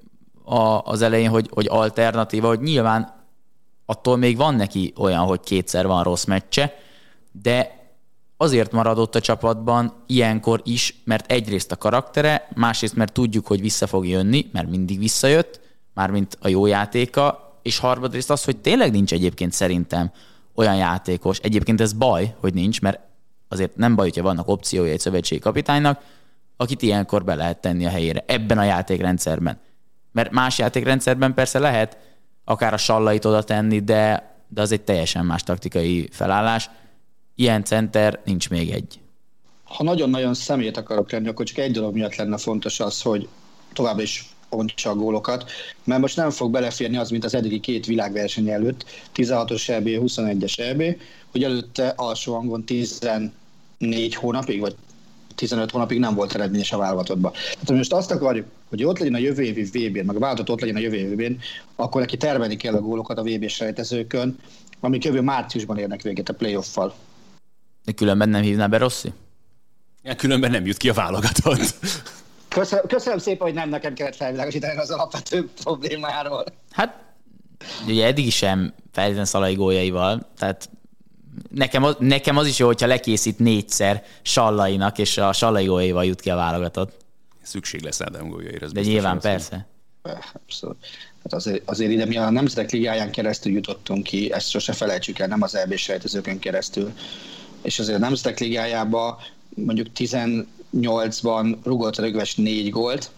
az elején, hogy alternatíva, hogy nyilván attól még van neki olyan, hogy kétszer van rossz meccse, de azért maradott a csapatban ilyenkor is, mert egyrészt a karaktere, másrészt mert tudjuk, hogy vissza fog jönni, mert mindig visszajött, mármint a jó játéka, és harmadrészt az, hogy tényleg nincs egyébként szerintem olyan játékos. Egyébként ez baj, hogy nincs, mert azért nem baj, hogyha vannak opciója egy szövetségi kapitánynak, akit ilyenkor be lehet tenni a helyére ebben a játékrendszerben. Mert más játékrendszerben persze lehet akár a Sallait oda tenni, de az egy teljesen más taktikai felállás. Ilyen center nincs még egy. Ha nagyon-nagyon szemét akarok lenni, akkor csak egy dolog miatt lenne fontos az, hogy továbbra is ontsa a gólokat, mert most nem fog beleférni az, mint az eddigi két világverseny előtt, 16-os EB, 21-es EB, hogy előtte alsó hangon 14 hónapig, vagy 15 hónapig nem volt eredményes a válogatottban. Tehát most azt akarjuk, hogy ott legyen a jövő évi VB-n, meg a válogatott ott legyen a jövő évi VB-n, akkor neki termelni kell a gólokat a VB-s rejtezőkön, amik jövő márciusban érnek véget a playoff-val. De különben nem hívná be Rossi? Ja, különben nem jut ki a válogatott. Köszönöm szépen, hogy nem nekem kellett felvilágosítani az alapvető problémáról. Hát, ugye eddig sem feltétlenül Szalai góljaival, tehát nekem az is jó, hogyha lekészít 4-szer Sallainak, és a Sallai góljaival jut ki a válogatott. Szükség lesz Ádám góljaira. De nyilván persze. Abszolút. Hát azért ide mi a Nemzetek Ligáján keresztül jutottunk ki, ezt sose felejtsük el, nem az EB-s rejtezőkön keresztül. És azért a Nemzetek Ligájában mondjuk 18-ban rugott Rögves 4 gólt,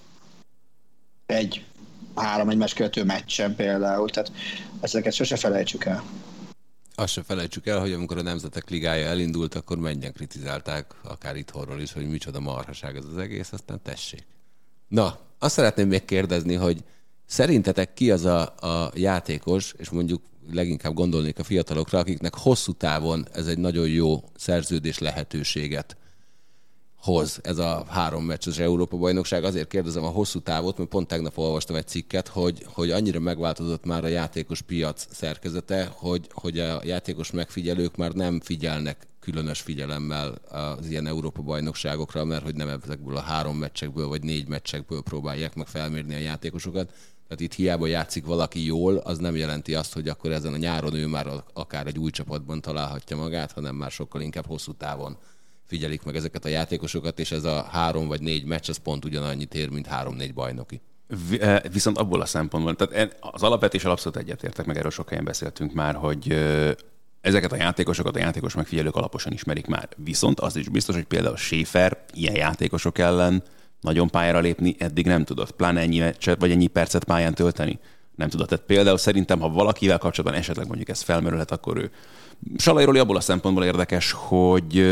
egy 3 egymás követő meccsen például, tehát ezeket sose felejtsük el. Azt sem felejtsük el, hogy amikor a Nemzetek Ligája elindult, akkor mennyien kritizálták, akár itthonról is, hogy micsoda marhaság ez az egész, aztán tessék. Na, azt szeretném még kérdezni, hogy szerintetek ki az a játékos, és mondjuk leginkább gondolnék a fiatalokra, akiknek hosszú távon ez egy nagyon jó szerződés lehetőséget hoz ez a 3 meccses Európa-bajnokság. Azért kérdezem a hosszú távot, mert pont tegnap olvastam egy cikket, hogy annyira megváltozott már a játékos piac szerkezete, hogy a játékos megfigyelők már nem figyelnek különös figyelemmel az ilyen Európa-bajnokságokra, mert hogy nem ezekből a 3 meccsekből vagy 4 meccsekből próbálják meg felmérni a játékosokat. Tehát itt hiába játszik valaki jól, az nem jelenti azt, hogy akkor ezen a nyáron ő már akár egy új csapatban találhatja magát, hanem már sokkal inkább hosszú távon figyelik meg ezeket a játékosokat, és ez a 3 vagy 4 meccs, ez pont ugyanannyit ér, mint 3-4 bajnoki. Viszont abból a szempontból, tehát az alapvetés abszolút egyetértek, meg erről sok helyen beszéltünk már, hogy ezeket a játékosokat a játékos megfigyelők alaposan ismerik már. Viszont az is biztos, hogy például Schäfer ilyen játékosok ellen nagyon pályára lépni eddig nem tudott. Pláne ennyi meccset, vagy ennyi percet pályán tölteni nem tudott. Tehát például szerintem, ha valakivel kapcsolatban esetleg mondjuk ez felmerülhet, akkor ő. Salai Roli abból a szempontból érdekes, hogy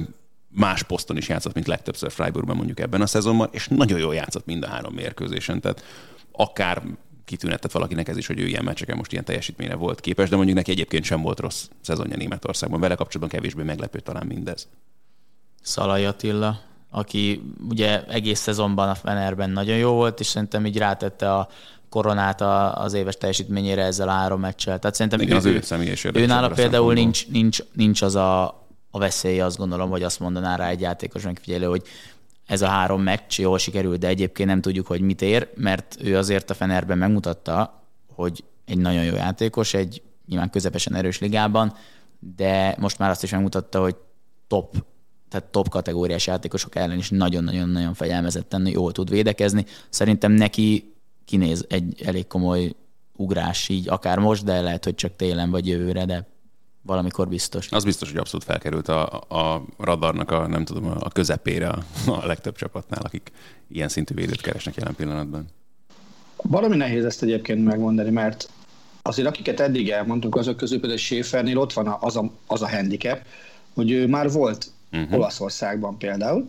más poszton is játszott, mint legtöbbször Freiburgban mondjuk ebben a szezonban, és nagyon jól játszott mind a 3 mérkőzésen. Tehát akár kitűnhetett valakinek ez is, hogy ő ilyen meccseken most ilyen teljesítményre volt képes, de mondjuk neki egyébként sem volt rossz szezonja Németországban. Vele kapcsolatban kevésbé meglepő talán mindez. Szalai Attila, aki ugye egész szezonban a Fenerben nagyon jó volt, és szerintem így rátette a koronát az éves teljesítményére ezzel a 3 meccsel. Tehát szerintem igen, az ő személyes érdekes. Őnála például nincs az a veszély, azt gondolom, hogy azt mondaná rá egy játékos megfigyelő, hogy ez a 3 meccs jól sikerült, de egyébként nem tudjuk, hogy mit ér, mert ő azért a Fenerben megmutatta, hogy egy nagyon jó játékos, egy nyilván közepesen erős ligában, de most már azt is megmutatta, hogy top kategóriás játékosok ellen is nagyon-nagyon-nagyon fegyelmezetten jól tud védekezni. Szerintem neki kinéz egy elég komoly ugrás így, akár most, de lehet, hogy csak télen vagy jövőre, de valamikor biztos. Az biztos, hogy abszolút felkerült a radarnak a közepére a legtöbb csapatnál, akik ilyen szintű védőt keresnek jelen pillanatban. Valami nehéz ezt egyébként megmondani, mert azért akiket eddig elmondtuk, azok közül például Schäfernél ott van az a handicap, hogy ő már volt Olaszországban például,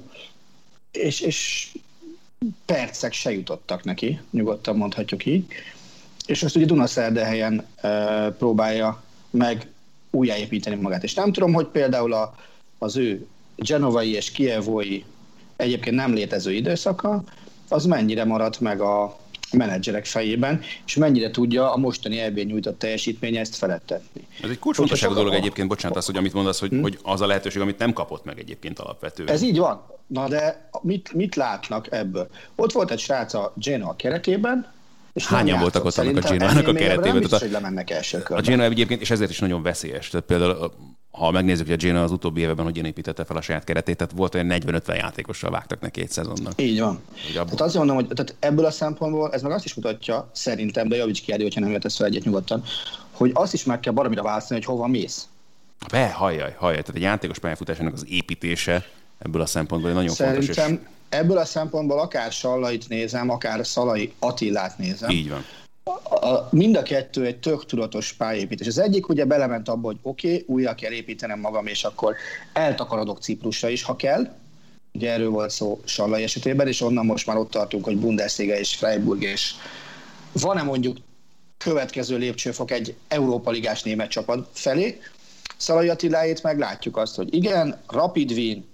és percek se jutottak neki, nyugodtan mondhatjuk így, és azt ugye Dunaszerdahelyen próbálja meg újjáépíteni magát. És nem tudom, hogy például az ő genovai és kievói egyébként nem létező időszaka, az mennyire maradt meg a menedzserek fejében, és mennyire tudja a mostani EB-n nyújtott teljesítménye ezt felettetni. Ez egy kulcsfontosságú dolog egyébként, bocsánat, az, hogy amit mondasz, hogy az a lehetőség, amit nem kapott meg egyébként alapvetően. Ez így van. Na de mit látnak ebből? Ott volt egy srác a Genoa keretében, És hányan voltak ott annak a Genoának a keretében? Biztos, hogy lemennek első körben. A Genoa egyébként, és ezért is nagyon veszélyes. Tehát például, ha megnézzük, hogy a Genoa az utóbbi években hogyan építette fel a saját keretét, tehát volt olyan 40-50 játékossal vágtak neki egy szezonnak. Így van. Tehát azt mondom, hogy tehát ebből a szempontból ez meg azt is mutatja, szerintem, de javíts ki, hogyha nem értesz fel egyet nyugodtan, hogy azt is meg kell baromira választani, hogy hova mész. Hajjaj. Tehát egy játékos pályafutásának az építése ebből a szempontból nagyon fontos. Szerintem ebből a szempontból akár Sallait nézem, akár Szalai Attilát nézem. Így van. Mind a kettő egy tök tudatos pályaépítés. Az egyik ugye belement abba, hogy oké, újra kell építenem magam, és akkor eltakarodok Ciprusra is, ha kell. Ugye erről volt szó Sallai esetében, és onnan most már ott tartunk, hogy Bundesliga és Freiburg, és van-e mondjuk következő lépcsőfok egy Európa ligás német csapat felé. Szalai Attiláét meg látjuk azt, hogy igen, Rapid Wien,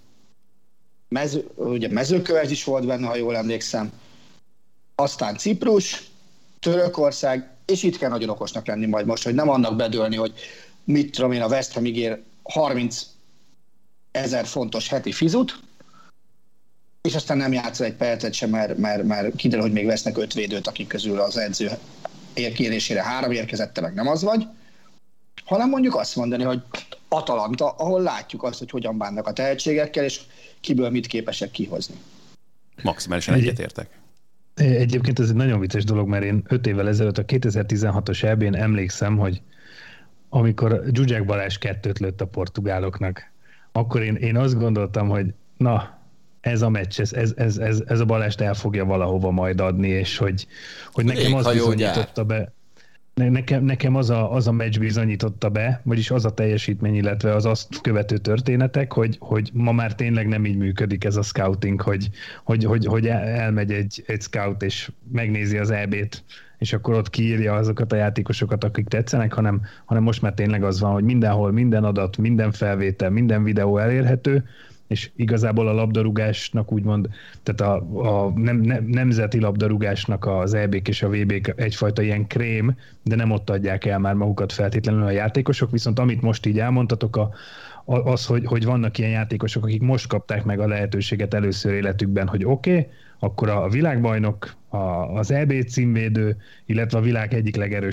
ugye Mezőköves is volt benne, ha jól emlékszem, aztán Ciprus, Törökország, és itt kell nagyon okosnak lenni majd most, hogy nem annak bedőlni, hogy mit tudom én, a West Ham ígér 30 000 fontos heti fizut, és aztán nem játszol egy percet sem, mert kiderül, hogy még vesznek 5 védőt, akik közül az edző kérésére 3 érkezette, meg nem az vagy, hanem mondjuk azt mondani, hogy Atalanta, ahol látjuk azt, hogy hogyan bánnak a tehetségekkel, és kiből mit képesek kihozni. Maximálisan egyetértek. Egyébként ez egy nagyon vicces dolog, mert én 5 évvel ezelőtt a 2016-os EB-n emlékszem, hogy amikor Zsuzsák Balázs 2-t lőtt a portugáloknak, akkor én azt gondoltam, hogy na, ez a meccs, ez a Balást el fogja valahova majd adni, és hogy nekem az bizonyította be. Nekem az a meccs bizonyította be, vagyis az a teljesítmény, illetve az azt követő történetek, hogy ma már tényleg nem így működik ez a scouting, hogy elmegy egy scout és megnézi az EB-t, és akkor ott kiírja azokat a játékosokat, akik tetszenek, hanem most már tényleg az van, hogy mindenhol minden adat, minden felvétel, minden videó elérhető, és igazából a labdarúgásnak úgymond, tehát a nemzeti labdarúgásnak az EB-k és a VB-k egyfajta ilyen krém, de nem ott adják el már magukat feltétlenül a játékosok, viszont amit most így elmondtatok, az, hogy vannak ilyen játékosok, akik most kapták meg a lehetőséget először életükben, hogy oké, akkor a világbajnok, az EB címvédő, illetve a világ egyik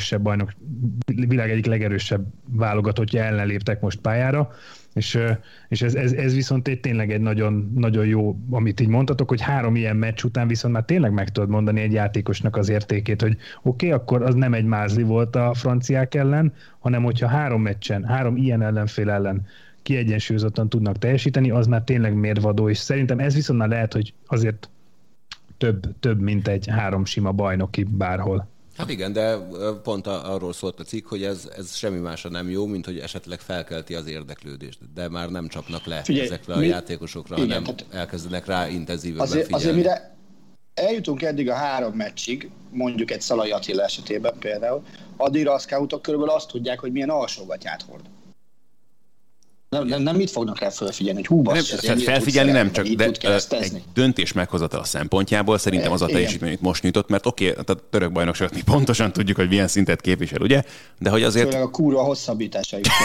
legerősebb válogatottja ellen léptek most pályára, és ez viszont tényleg egy nagyon, nagyon jó, amit így mondtatok, hogy 3 ilyen meccs után viszont már tényleg meg tudod mondani egy játékosnak az értékét, hogy oké, akkor az nem egy mázli volt a franciák ellen, hanem hogyha 3 meccsen, 3 ilyen ellenfél ellen kiegyensúlyozottan tudnak teljesíteni, az már tényleg mérvadó, és szerintem ez viszont már lehet, hogy azért több mint egy 3 sima bajnoki bárhol. Hát igen, de pont arról szólt a cikk, hogy ez semmi másra nem jó, mint hogy esetleg felkelti az érdeklődést, de már nem csapnak le ezekre a játékosokra, igen, hanem elkezdenek rá intenzívebben figyelni. Azért mire eljutunk eddig a 3 meccsig, mondjuk egy Szalai Attila esetében például, addigra a scoutok körülbelül azt tudják, hogy milyen alsógatját hord. Nem mit fognak rá felfigyelni, hogy hú, basszus, felfigyelni nem csak, de egy döntés meghozatal a szempontjából szerintem az a teljesítmény, amit most nyújtott, mert oké, a török bajnokságot mi pontosan tudjuk, hogy milyen szintet képvisel, ugye? De hogy azért... Főleg a kurva hosszabbítása is.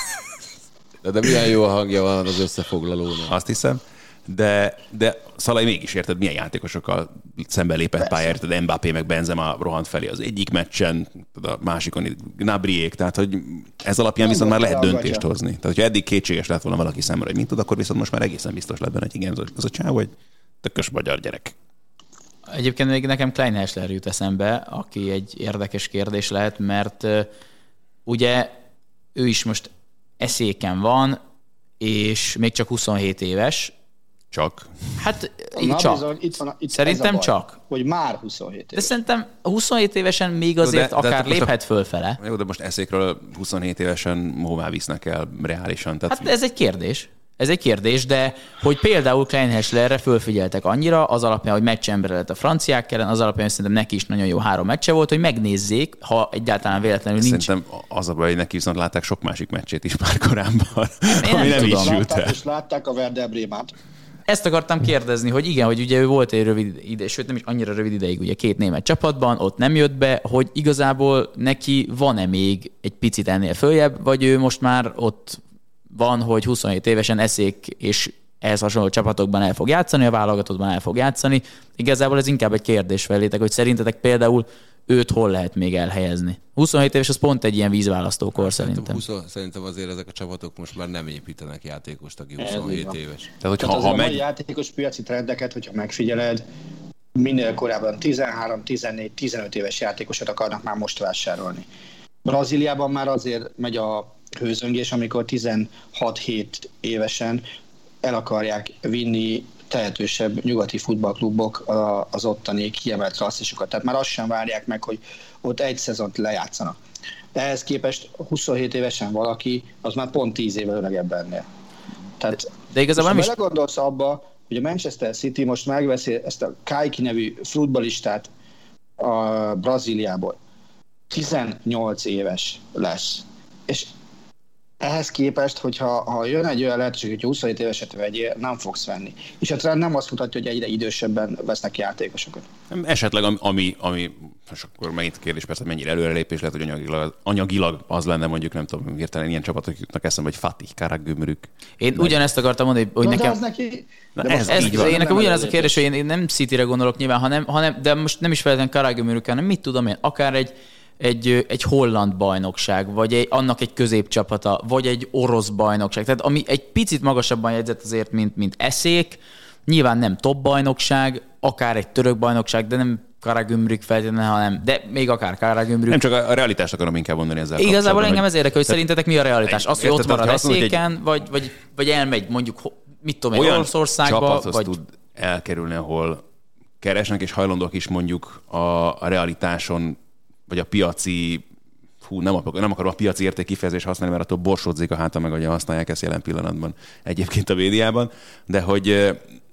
de milyen jó a hangja van az összefoglalónak. Azt hiszem. De Szalai mégis érted, milyen játékosokkal szemben lépett pályára, tehát Mbappé meg Benzema rohant felé az egyik meccsen, a másikon Gnabriék, tehát hogy ez alapján viszont már lehet döntést hozni. Tehát, hogyha eddig kétséges lett volna valaki számára, hogy mit tud, akkor viszont most már egészen biztos lett benne, hogy igen, az a csáv, hogy tökös magyar gyerek. Egyébként még nekem Klein Hässler jut eszembe, aki egy érdekes kérdés lehet, mert ugye ő is most eszéken van, és még csak 27 éves. Csak? Hát csak. Bizony, itt szerintem baj, csak. Hogy már 27 éves. De szerintem 27 évesen még azért akár léphet fölfele. Jó, de most eszékről 27 évesen hová visznek el reálisan? Tehát... Hát ez egy kérdés. Ez egy kérdés, de hogy például Klein Hässlerre fölfigyeltek annyira, az alapján, hogy meccsember lett a franciák ellen, az alapján, hogy szerintem neki is nagyon jó 3 meccse volt, hogy megnézzék, ha egyáltalán véletlenül nincs. Szerintem az a baj, hogy neki viszont látták sok másik meccsét is már korábban, ami nem így sült el. És látták a Werder Brémát. Ezt akartam kérdezni, hogy igen, hogy ugye ő volt egy rövid ide, sőt nem is annyira rövid ideig, ugye 2 német csapatban, ott nem jött be, hogy igazából neki van-e még egy picit ennél följebb, vagy ő most már ott van, hogy 27 évesen eszék, és ehhez hasonló csapatokban el fog játszani, a válogatottban el fog játszani. Igazából ez inkább egy kérdés felétek, hogy szerintetek például őt hol lehet még elhelyezni. 27 éves, az pont egy ilyen vízválasztókor szerintem. Szerintem azért ezek a csapatok most már nem építenek játékost, aki 27 éves. Tehát, ha megy... a játékos piaci trendeket, hogyha megfigyeled, minél korábban 13, 14, 15 éves játékosat akarnak már most vásárolni. Brazíliában már azért megy a hőzöngés, amikor 16-7 évesen el akarják vinni tehetősebb nyugati futballklubok az ottani kiemelt klasszisokat. Tehát már azt sem várják meg, hogy ott egy szezont lejátszanak. Ehhez képest 27 évesen valaki, az már pont 10 évvel öregebb ennél. Tehát, de igazából most belegondolsz abba, hogy a Manchester City most megveszi ezt a Kaiki nevű futballistát a Brazíliából. 18 éves lesz. És ehhez képest, hogyha jön egy olyan lehetőség, hogy 27 éveset vegyél, nem fogsz venni. És a trend nem azt mutatja, hogy egyre idősebben vesznek játékosokat. Esetleg, ami és akkor megint kérdés persze, mennyire előrelépés lehet, hogy anyagilag az lenne, mondjuk nem tudom, hirtelen ilyen csapatok jutnak eszembe, hogy Fatih Karagümrük. Én ugyanezt akartam mondani, hogy nekem... Én nekem ugyanez a kérdés, hogy én nem Cityre gondolok nyilván, hanem de most nem is feltétlenül Karagümrük, hanem mit tudom én, akár egy holland bajnokság, vagy annak egy középcsapata, vagy egy orosz bajnokság. Tehát ami egy picit magasabban jegyzett azért, mint eszék, nyilván nem top bajnokság, akár egy török bajnokság, de nem Karagümrük feltétlenül, hanem, de még akár Karagümrük. Nem csak a realitást akarom inkább mondani ezzel. Igazából engem ez érdekel, hogy szerintetek mi a realitás? Az, hogy ott marad eszéken, vagy elmegy mondjuk, mit tudom én, Oroszországba? Olyan csapathoz tud elkerülni, ahol keresnek, és hajlandók is mondjuk a realitáson vagy a piaci, nem akarom a piaci érték kifejezést használni, mert attól borsódzik a háta, meg ugye használják ezt jelen pillanatban egyébként a médiában, de hogy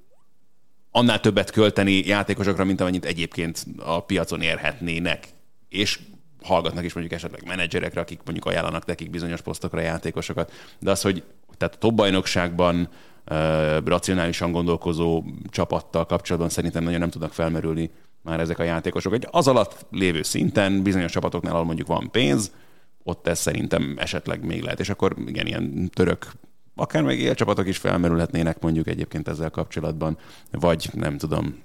annál többet költeni játékosokra, mint amennyit egyébként a piacon érhetnének. És hallgatnak is mondjuk esetleg menedzserekre, akik mondjuk ajánlanak nekik bizonyos posztokra játékosokat. De az, hogy tehát a top bajnokságban racionálisan gondolkozó csapattal kapcsolatban szerintem nagyon nem tudnak felmerülni már ezek a játékosok. Egy az alatt lévő szinten, bizonyos csapatoknál, ahol mondjuk van pénz, ott ez szerintem esetleg még lehet. És akkor igen, ilyen török, akár még ilyen csapatok is felmerülhetnének mondjuk egyébként ezzel kapcsolatban, vagy nem tudom,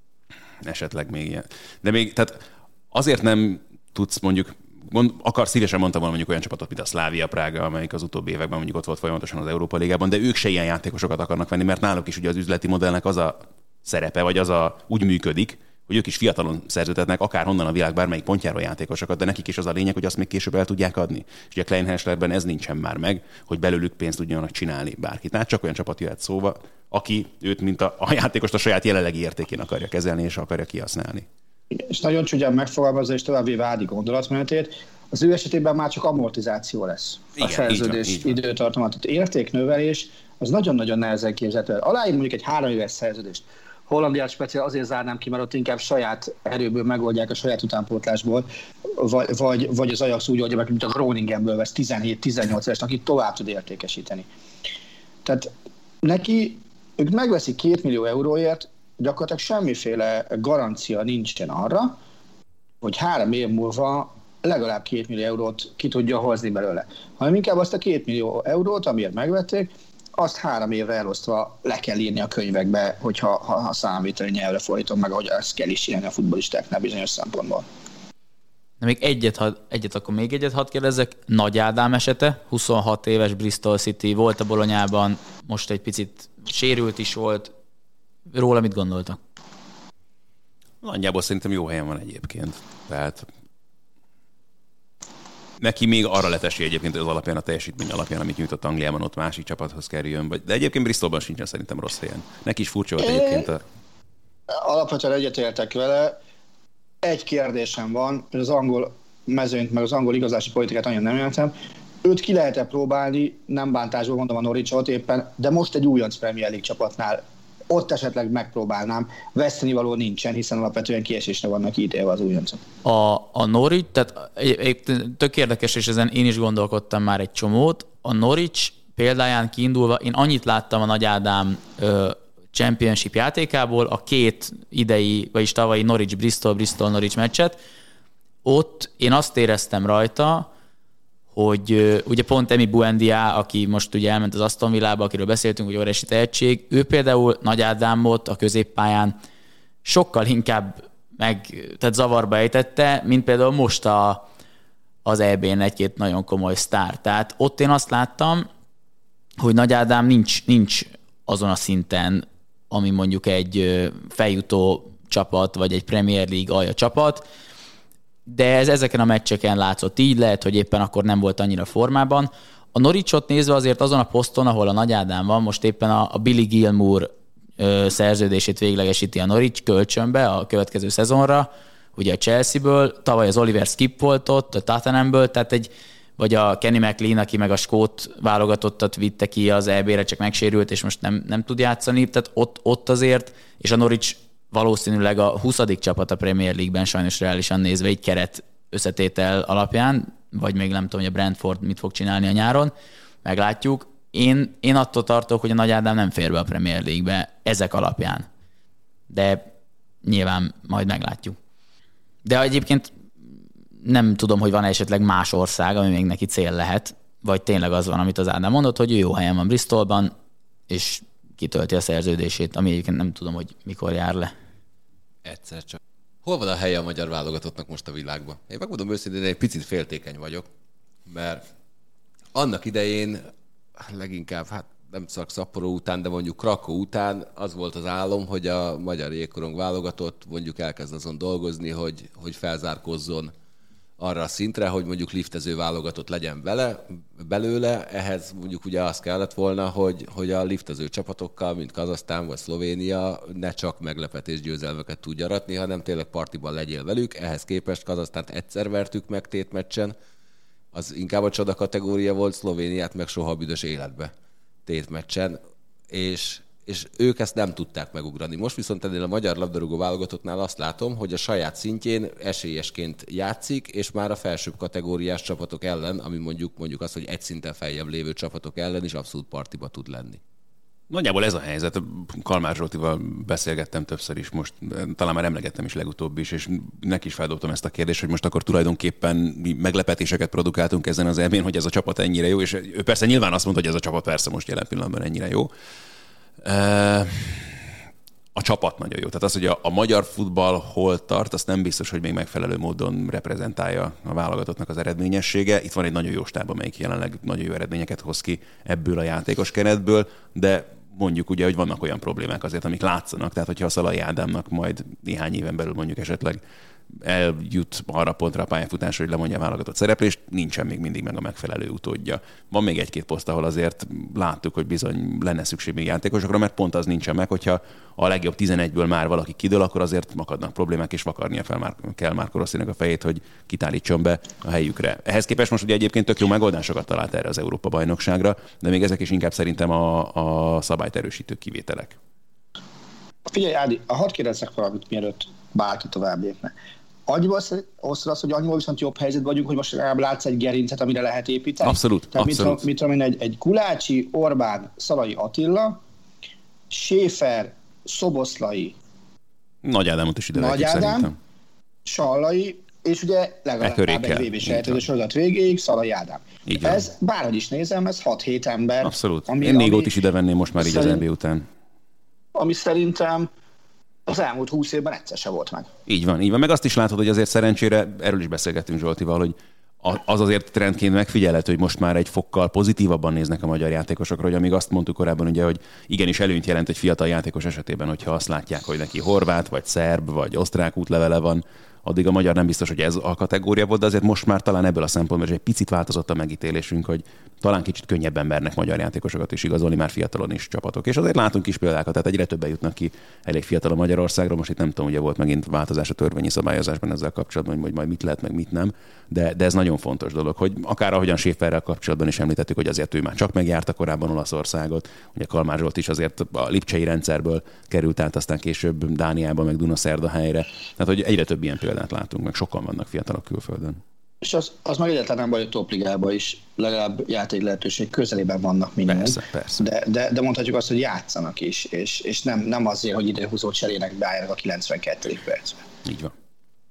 esetleg még ilyen. De még, tehát azért nem tudsz mondjuk, szívesen mondtam volna mondjuk olyan csapatot, mint a Slavia Prága, amelyik az utóbbi években mondjuk ott volt folyamatosan az Európa Ligában, de ők se ilyen játékosokat akarnak venni, mert náluk is ugye az üzleti modellnek az a szerepe, vagy úgy működik, hogy ők is fiatalon szerződtetnek akár honnan a világ bármelyik pontjáról játékosokat, de nekik is az a lényeg, hogy azt még később el tudják adni. És ugye a Kleinhäslerben ez nincsen már meg, hogy belőlük pénzt tudjanak csinálni bárkit. Tehát csak olyan csapat jöhet szóba, aki őt, mint a játékost a saját jelenlegi értékén akarja kezelni és akarja kihasználni. És nagyon csúgyán megfogalmazza és további Ádi gondolatmenetét, az ő esetében már csak amortizáció lesz. Igen, a szerződés időtartama. Tehát értéknövelés az nagyon-nagyon nehezen képzelhető. Aláír mondjuk egy 3 éves szerződést. Hollandiát speciál azért zárnám ki, mert ott inkább saját erőből megoldják a saját utánpótlásból, vagy az Ajax úgy oldja meg, mint a Groningenből vesz 17-18 éves, akit tovább tud értékesíteni. Tehát ők megveszik 2 millió euróért, gyakorlatilag semmiféle garancia nincsen arra, hogy 3 év múlva legalább 2 millió eurót ki tudja hozni belőle. Hanem inkább azt a 2 millió eurót, amiért megvették, azt 3 évre elosztva le kell írni a könyvekbe, hogyha számítani nyelvre fordítom meg, ahogy ezt kell is csinálni a futballistáknál bizonyos szempontból. Na még egyet hadd kérdezzek. Nagy Ádám esete, 26 éves Bristol City, volt a Bolonyában, most egy picit sérült is volt. Róla mit gondoltak? Nagyjából szerintem jó helyen van egyébként. Tehát neki még arra lett esélye egyébként az alapján, a teljesítmény alapján, amit nyújtott Angliában, ott másik csapathoz kerüljön. De egyébként Bristolban sincsen szerintem rossz helyen. Neki is furcsa volt egyébként. Alapvetően egyetértek vele. Egy kérdésem van, hogy az angol mezőnyt, meg az angol igazási politikát nagyon nem értem. Őt ki lehet-e próbálni, nem bántásból mondom a Norwichot éppen, de most egy újonc Premier League csapatnál ott esetleg megpróbálnám. Vesztenivaló nincsen, hiszen alapvetően kiesésre vannak ítélve az újoncok. A Norwich, tehát tök érdekes, és ezen én is gondolkodtam már egy csomót. A Norwich példáján kiindulva, én annyit láttam a Nagy Ádám Championship játékából, a 2 idei, vagyis tavalyi Norwich-Bristol-Norwich meccset. Ott én azt éreztem rajta, hogy ugye pont Emi Buendia, aki most ugye elment az Aston Villába, akiről beszéltünk, hogy óriási tehetség, ő például Nagy Ádámot a középpályán sokkal inkább tehát zavarba ejtette, mint például most az EB-n egy-két nagyon komoly sztár. Tehát ott én azt láttam, hogy Nagy Ádám nincs azon a szinten, ami mondjuk egy feljutó csapat, vagy egy Premier League alja csapat, de ez ezeken a meccseken látszott így, lehet, hogy éppen akkor nem volt annyira formában. A Norwichot nézve azért azon a poszton, ahol a Nagy Ádám van, most éppen a Billy Gilmour szerződését véglegesíti a Norwich kölcsönbe a következő szezonra, ugye a Chelsea-ből, tavaly az Oliver Skip volt ott, a Tottenhamből, tehát vagy a Kenny McLean, aki meg a skót válogatottat vitte ki az EB-re, csak megsérült, és most nem tud játszani, tehát ott azért, és a Norwich valószínűleg a 20. csapat a Premier League-ben, sajnos reálisan nézve, egy keret összetétel alapján, vagy még nem tudom, hogy a Brentford mit fog csinálni a nyáron, meglátjuk. Én attól tartok, hogy a Nagy Ádám nem fér be a Premier League-be ezek alapján. De nyilván majd meglátjuk. De egyébként nem tudom, hogy van esetleg más ország, ami még neki cél lehet, vagy tényleg az van, amit az Ádám mondott, hogy ő jó helyen van Bristolban, és kitölti a szerződését, ami egyébként nem tudom, hogy mikor jár le. Egyszer csak. Hol van a helye a magyar válogatottnak most a világban? Én megmondom őszintén, egy picit féltékeny vagyok, mert annak idején leginkább, nem Szaporó után, de mondjuk Krakow után az volt az álom, hogy a magyar jégkorong válogatott mondjuk elkezd azon dolgozni, hogy felzárkózzon arra a szintre, hogy mondjuk liftező válogatott legyen belőle. Ehhez mondjuk ugye az kellett volna, hogy a liftező csapatokkal, mint Kazahsztán vagy Szlovénia ne csak meglepetés győzelmeket tudja aratni, hanem tényleg partiban legyél velük. Ehhez képest Kazahsztánt egyszer vertük meg tétmeccsen, az inkább a csoda kategória volt, Szlovéniát meg soha büdös életbe tétmeccsen, és ők ezt nem tudták megugrani. Most viszont ennél a magyar labdarúgó válogatottnál azt látom, hogy a saját szintjén esélyesként játszik, és már a felsőbb kategóriás csapatok ellen, ami mondjuk az, hogy egy szinten feljebb lévő csapatok ellen is abszolút partiba tud lenni. Nagyjából ez a helyzet. Kalmár Zsoltival beszélgettem többször is most, talán már emlegettem is legutóbb is, és neki is feldobtam ezt a kérdést, hogy most akkor tulajdonképpen mi meglepetéseket produkáltunk ezen az EB-n, hogy ez a csapat ennyire jó, és ő persze nyilván azt mondta, hogy ez a csapat persze most jelen pillanatban ennyire jó. A csapat nagyon jó. Tehát az, hogy a magyar futball hol tart, azt nem biztos, hogy még megfelelő módon reprezentálja a válogatottnak az eredményessége. Itt van egy nagyon jó stáb, amelyik jelenleg nagyon jó eredményeket hoz ki ebből a játékos keretből, de mondjuk ugye, hogy vannak olyan problémák azért, amik látszanak. Tehát, hogyha a Szalai Ádámnak majd néhány éven belül mondjuk esetleg eljut arra pontra a pályafutásra, hogy lemondja a válogatott szereplést, nincsen még mindig meg a megfelelő utódja. Van még egy-két poszt, ahol azért láttuk, hogy bizony lenne szükség még játékosokra, mert pont az nincsen meg, hogyha a legjobb 11-ből már valaki kidől, akkor azért akadnak problémák, és vakarnia kell Marco Rossinak a fejét, hogy kitárítson be a helyükre. Ehhez képest most ugye egyébként tök jó megoldásokat talált erre az Európa-bajnokságra, de még ezek is inkább szerintem a szabályt erősítő kivételek. Figyelj, Ádi, hadd kérdezzek valamit, mielőtt bárki tovább lépne. Annyiból osztod azt, hogy annyiból viszont jobb helyzet vagyunk, hogy most legalább látsz egy gerincet, amire lehet építeni? Abszolút. Tehát abszolút. Mit tudom én, egy Gulácsi, Orbán, Szalai Attila, Schäfer, Szoboszlai, Nagy Ádámot is ide lehetjük szerintem. Sallai, és ugye legalább egy VB sejtődő sorozat végéig Szalai Ádám. Ez bárhogy is nézem, ez 6-7 ember. Abszolút. Én Négót is ide venném most már így az EB után. Ami szerintem az elmúlt 20 évben egyszer se volt meg. Így van. Meg azt is látod, hogy azért szerencsére, erről is beszélgettünk Zsoltival, hogy az azért trendként megfigyelhető, hogy most már egy fokkal pozitívabban néznek a magyar játékosokra, hogy amíg azt mondtuk korábban, ugye, hogy igenis előnyt jelent egy fiatal játékos esetében, hogyha azt látják, hogy neki horvát, vagy szerb, vagy osztrák útlevele van, addig a magyar nem biztos, hogy ez a kategória volt, de azért most már talán ebből a szempontból egy picit változott a megítélésünk, hogy talán kicsit könnyebben mernek magyar játékosokat is igazolni, már fiatalon is csapatok. És azért látunk is példákat, tehát egyre többen jutnak ki elég fiatal a Magyarországról. Most itt nem tudom, ugye volt megint változás a törvényi szabályozásban ezzel kapcsolatban, hogy majd mit lehet, meg mit nem, de ez nagyon fontos dolog, hogy akár ahogyan Schäferrel kapcsolatban is említettük, hogy azért ő már csak megjárta korábban Olaszországot, ugye Kalmár Zsolt is azért a lipcsei rendszerből került át, aztán később Dániába, meg Dunaszerda helyre. Tehát, hogy egyre több ilyen példát látunk, meg sokan vannak fiatalok külföldön. És az meg egyáltalán nem baj, hogy topligában is legalább játék lehetőség közelében vannak minimum. Persze. De mondhatjuk azt, hogy játszanak is, és nem azért, hogy idehúzó cserének beálljanak a 92. percben. Így van.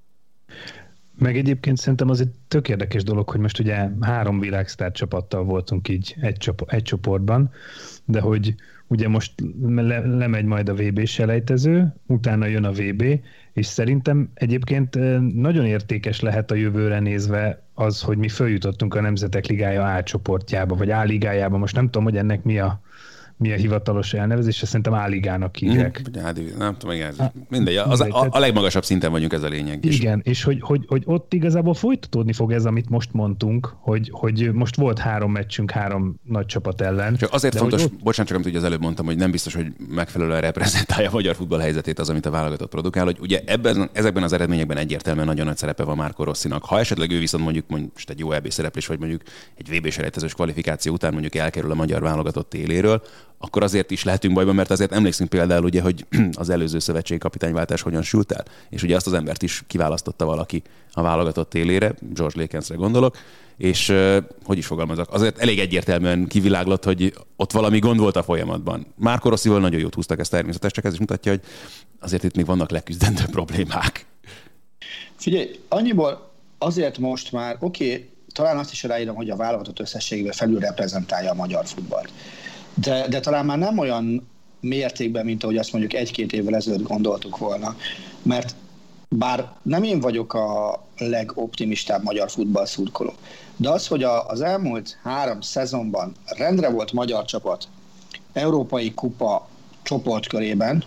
Meg egyébként szerintem az egy tök érdekes dolog, hogy most ugye 3 világsztár csapattal voltunk így egy csoportban, de hogy ugye most lemegy majd a VB selejtező, utána jön a VB, és szerintem egyébként nagyon értékes lehet a jövőre nézve az, hogy mi följutottunk a Nemzetek Ligája A csoportjába, vagy A ligájába. Most nem tudom, hogy ennek mi a hivatalos elnevezése, szerintem A-ligának hívják. Nem tudom, mindegy. A legmagasabb szinten vagyunk, ez a lényeg is. Igen, és hogy ott igazából folytatódni fog ez, amit most mondtunk, hogy most volt 3 meccsünk 3 nagy csapat ellen. Csak azért fontos, bocsánat, csak amit ugye az előbb mondtam, hogy nem biztos, hogy megfelelően reprezentálja a magyar futball helyzetét az, amit a válogatott produkál, hogy ugye ezekben az eredményekben egyértelműen nagyon nagy szerepe van Marco Rossinak. Ha esetleg ő viszont mondjuk most egy jó EB szereplés, vagy mondjuk egy VB-selejtezős kvalifikáció után mondjuk elkerül a magyar válogatott éléről, akkor azért is lehetünk bajban, mert azért emlékszünk például ugye, hogy az előző szövetségi kapitányváltás hogyan sült el, és ugye azt az embert is kiválasztotta valaki a válogatott élére, George Lakensre gondolok, és hogy is fogalmazok, azért elég egyértelműen kiviláglott, hogy ott valami gond volt a folyamatban. Marco Rossival nagyon jót húztak, ez természetes, csak ez is mutatja, hogy azért itt még vannak leküzdendő problémák. Figyelj, annyiból azért most már, talán azt is ráírom, hogy a válogatott összességében felül reprezentálja a magyar futballt. De talán már nem olyan mértékben, mint ahogy azt mondjuk 1-2 évvel ezelőtt gondoltuk volna. Mert bár nem én vagyok a legoptimistább magyar futballszurkoló, de az, hogy az elmúlt 3 szezonban rendre volt magyar csapat Európai Kupa csoportkörében,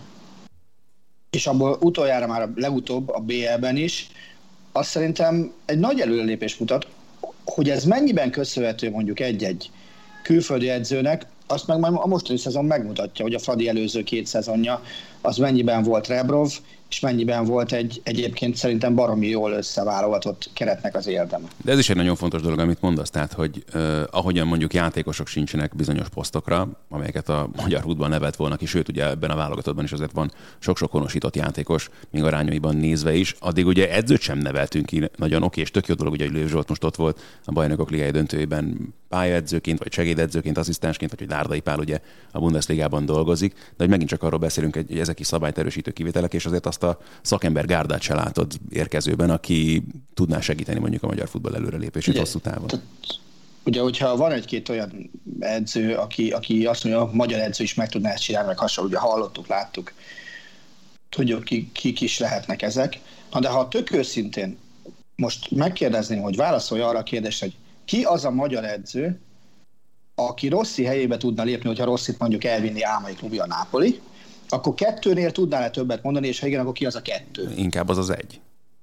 és abból utoljára már legutóbb a BL-ben is, azt szerintem egy nagy előrelépés mutat, hogy ez mennyiben köszönhető mondjuk egy-egy külföldi edzőnek, azt meg a mostani szezon megmutatja, hogy a Fradi előző 2 szezonja az mennyiben volt Rebrov, és mennyiben volt egy egyébként szerintem baromi jól összeválogatott keretnek az érdeme. De ez is egy nagyon fontos dolog, amit mondasz, tehát, hogy ahogyan mondjuk játékosok sincsenek bizonyos posztokra, amelyeket a magyar futball nevelt volna ki, sőt, ugye ebben a válogatottban is azért van sok-sok honosított játékos, még arányaiban nézve is, addig ugye edzőt sem neveltünk ki nagyon és tök jó dolog, ugye, hogy Lőv Zsolt most ott volt a Bajnokok Ligája döntőjében pályaedzőként, vagy segédedzőként, asszisztensként, vagy hogy Dárdai Pál ugye a Bundesligában dolgozik, de hogy megint csak arról beszélünk, hogy ezek is szabályt kivételek, és azért azt a szakember gárdát se látod érkezőben, aki tudná segíteni mondjuk a magyar futball előrelépését hosszú távon. Ugye, hogyha van 1-2 olyan edző, aki azt mondja, a magyar edző is meg tudná ezt csinálni, meg hasonló, ugye hallottuk, láttuk, tudjuk kik is lehetnek ezek. De ha tök őszintén most megkérdezném, hogy válaszolj arra a kérdésre, hogy ki az a magyar edző, aki Rossi helyébe tudna lépni, hogyha Rossit mondjuk elvinni álmai klubja a Nápoli, akkor 2-nél tudnál-e többet mondani, és ha igen, akkor ki az a 2? Inkább az 1.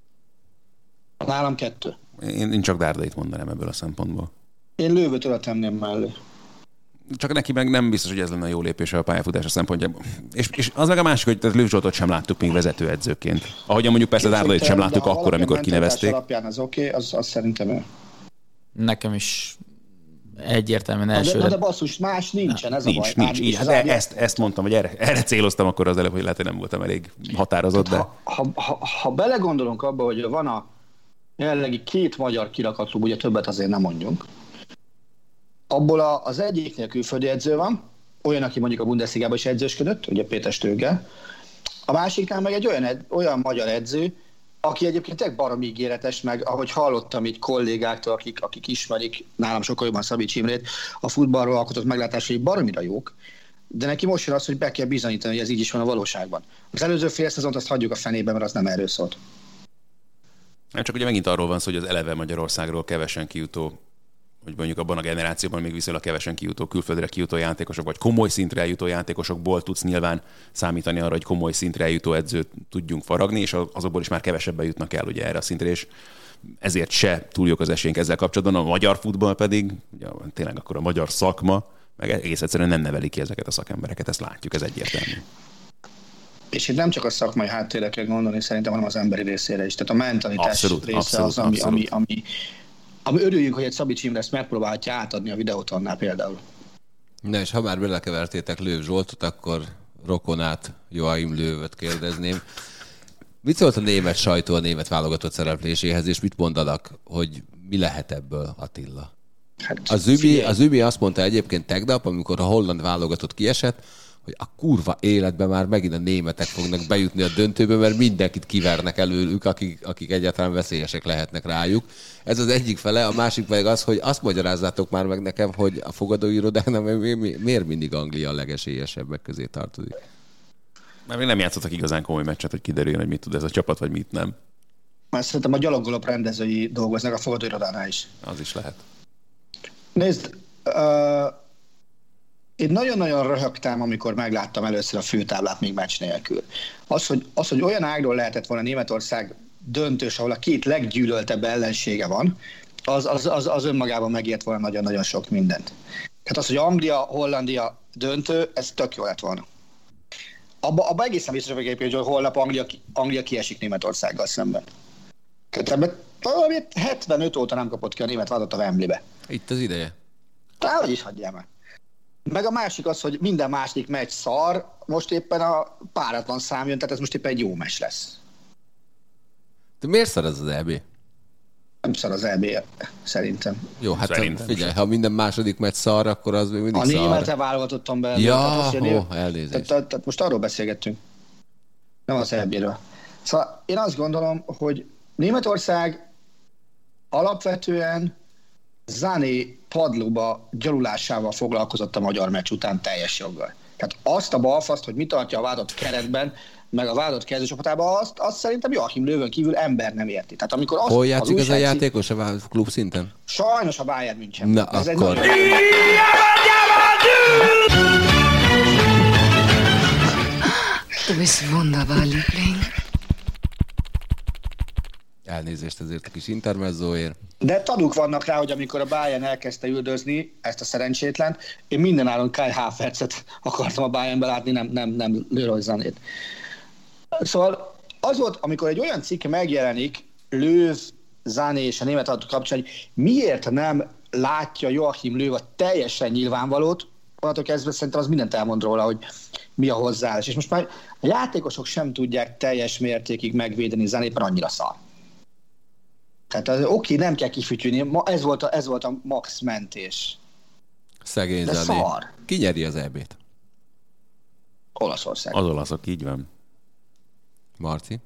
Nálam 2. Én csak Dárdait mondanám ebből a szempontból. Én Lővöt tenném mellé. Csak neki meg nem biztos, hogy ez lenne a jó lépése a pályafutása szempontjából. És az meg a másik, hogy Lőv Zsoltot sem láttuk még vezetőedzőként. Ahogyan mondjuk persze Dárdait sem láttuk akkor, amikor kinevezték. Alapján az az szerintem ő. Nekem is egyértelműen elsőre. De basszus, más nincsen, ez nincs, a baj. Nincs, így. Hát ezt mondtam, hogy erre céloztam akkor az előbb, hogy lehet, hogy nem voltam elég határozott, de... Ha belegondolunk abba, hogy van a jelenlegi 2 magyar kirakatklub, ugye többet azért nem mondjunk, abból az egyiknél külföldi edző van, olyan, aki mondjuk a Bundesligában is edzősködött, ugye Péter Stöggel, a másiknál meg egy olyan magyar edző, aki egyébként baromi ígéretes, meg ahogy hallottam így kollégáktól, akik ismerik nálam sokkal jobban Szabics Imrét, a futballról alkotott meglátásai baromira jók, de neki most jön az, hogy be kell bizonyítani, hogy ez így is van a valóságban. Az előző fél szezont azt hagyjuk a fenébe, mert az nem erről szólt. Nem csak ugye megint arról van szó, hogy az eleve Magyarországról kevesen kijutó, hogy mondjuk abban a generációban még viszonylag kevesen kijutó, külföldre kijutó játékosok, vagy komoly szintre eljutó játékosokból tudsz nyilván számítani arra, hogy komoly szintre eljutó edzőt tudjunk faragni, és azokból is már kevesebben jutnak el ugye erre a szintre, és ezért se túl jók az esélyünk ezzel kapcsolatban. A magyar futball pedig, ugye, tényleg akkor a magyar szakma, meg egész egyszerűen nem neveli ki ezeket a szakembereket, ezt látjuk, ez egyértelmű. És itt nem csak a szakmai háttérre kell gondolni szerintem, hanem az emberi részére is. Tehát a mentalitás része az, ami örüljünk, hogy egy Szabics Imre ezt megpróbálhatja átadni a Videótonnál például. Na és ha már belekevertétek Lőv Zsoltot, akkor rokonát, Joachim Löwöt kérdezném. Mit szólt a német sajtó a német válogatott szerepléséhez, és mit mondanak, hogy mi lehet ebből, Attila? Hát, az Übi azt mondta egyébként tegnap, amikor a holland válogatott kiesett, hogy a kurva életben már megint a németek fognak bejutni a döntőbe, mert mindenkit kivernek előlük, akik egyáltalán veszélyesek lehetnek rájuk. Ez az egyik fele, a másik pedig az, hogy azt magyarázzátok már meg nekem, hogy a fogadóirodánál miért mindig Anglia a legesélyesebbek közé tartozik. Mert még nem játszottak igazán komoly meccset, hogy kiderüljön, hogy mit tud ez a csapat, vagy mit nem. Mert szerintem a gyalogolap rendezői dolgoznak a fogadóirodánál is. Az is lehet. Nézd, én nagyon-nagyon röhögtem, amikor megláttam először a főtáblát még meccs nélkül. Az, hogy olyan ágról lehetett volna Németország döntős, ahol a két leggyűlöltebb ellensége van, az önmagában megért volna nagyon-nagyon sok mindent. Tehát az, hogy Anglia, Hollandia döntő, ez tök jó lett volna. Abba egészen biztos vagyok, hogy holnap Anglia kiesik Németországgal szemben. Tehát ebben 75 óta nem kapott ki a német vádat a Wembleybe. Itt az ideje. Tehát hogy is hagyjál már. Meg a másik az, hogy minden második meccs szar, most éppen a páratlan szám jön, tehát ez most éppen egy jó meccs lesz. De miért szar ez az EB? Nem szar az EB, szerintem. Jó, hát Szerintem figyelj, ha minden második meccs szar, akkor az még mindig a szar. A németre válogatottam be. Ja, elnézést. Tehát most arról beszélgettünk. Nem az EB-ről. Szóval én azt gondolom, hogy Németország alapvetően Sané padlóba gyalulásával foglalkozott a magyar meccs után teljes joggal. Tehát azt a balfaszt, hogy mi tartja a vádat keretben, meg a vádat kezdőcsapatában, azt szerintem Joachim Löwen kívül ember nem érti. Tehát amikor hol játszik ez a játékos a klub szinten? Sajnos a Bayern München. Na ez akkor. Du bist wunderbar, Liebling. Elnézést ezért a kis intermezzóért. De tanúk vannak rá, hogy amikor a Bayern elkezdte üldözni ezt a szerencsétlent, én mindenáron Kai Havertzet akartam a Bayernbe látni, nem Leroy Sanét. Szóval az volt, amikor egy olyan cikk megjelenik Löw, Sané és a német adó kapcsán, hogy miért nem látja Joachim Löw a teljesen nyilvánvalót, onnantól kezdve szerintem az mindent elmond róla, hogy mi a hozzáállás. És most már a játékosok sem tudják teljes mértékig megvédeni Sanét, mert annyira szar. Tehát oké, nem kell kifütyülni, ez volt a max mentés. Szegény de Sané. Szar. Ki nyeri az EB-t? Olaszország. Az olaszok, így van. Marci?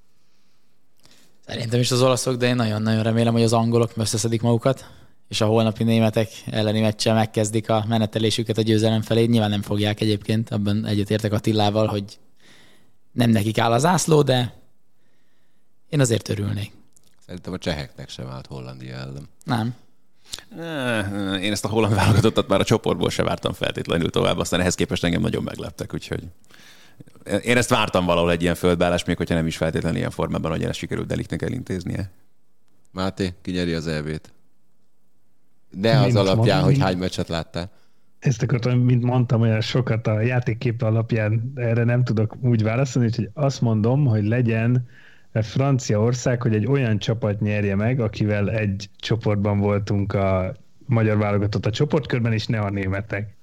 Szerintem is az olaszok, de én nagyon-nagyon remélem, hogy az angolok összeszedik magukat, és a holnapi németek elleni meccsel megkezdik a menetelésüket a győzelem felé. Nyilván nem fogják egyébként, abban egyetértek Attilával, hogy nem nekik áll a zászló, de én azért örülnék. Szerintem a cseheknek sem állt Hollandia ellen. Nem. Én ezt a holland válogatottat már a csoportból se vártam feltétlenül tovább, aztán ehhez képest engem nagyon megleptek, úgyhogy én ezt vártam valahol egy ilyen földbeállás, még hogyha nem is feltétlenül ilyen formában, hogy ezt sikerült De Ligtnek elintéznie. Máté, ki nyeri az EB-t? Ne az alapján, hogy hány meccset láttál. Ezt akartam, mint mondtam, olyan sokat a játékképe alapján erre nem tudok úgy válaszolni, úgyhogy azt mondom, hogy legyen Franciaország, hogy egy olyan csapat nyerje meg, akivel egy csoportban voltunk a magyar válogatott a csoportkörben, és ne a németek.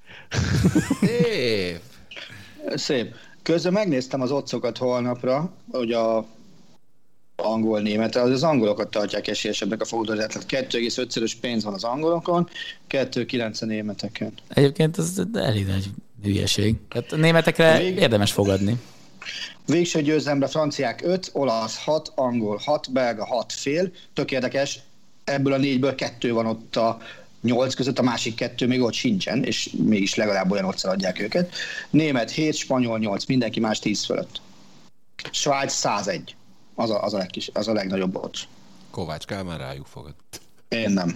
Szép! Szép. Közben megnéztem az oddszokat holnapra, hogy a angol-németre, az angolokat tartják esélyesebbnek a fogadózását. 2,5-szörös pénz van az angolokon, 2,9 a németeken. Egyébként ez elég nagy hülyeség. Tehát a németekre érdemes fogadni. Végső győzelemre franciák 5, olasz 6, angol 6, belga 6 fél. Tök érdekes, ebből a 4-ből 2 van ott a 8 között, a másik 2 még ott sincsen, és mégis legalább olyan otszal adják őket. Német 7, spanyol 8, mindenki más 10 fölött. Svájc 101. Az a legnagyobb ott. Kovács Kálmán rájuk fogad. Én nem.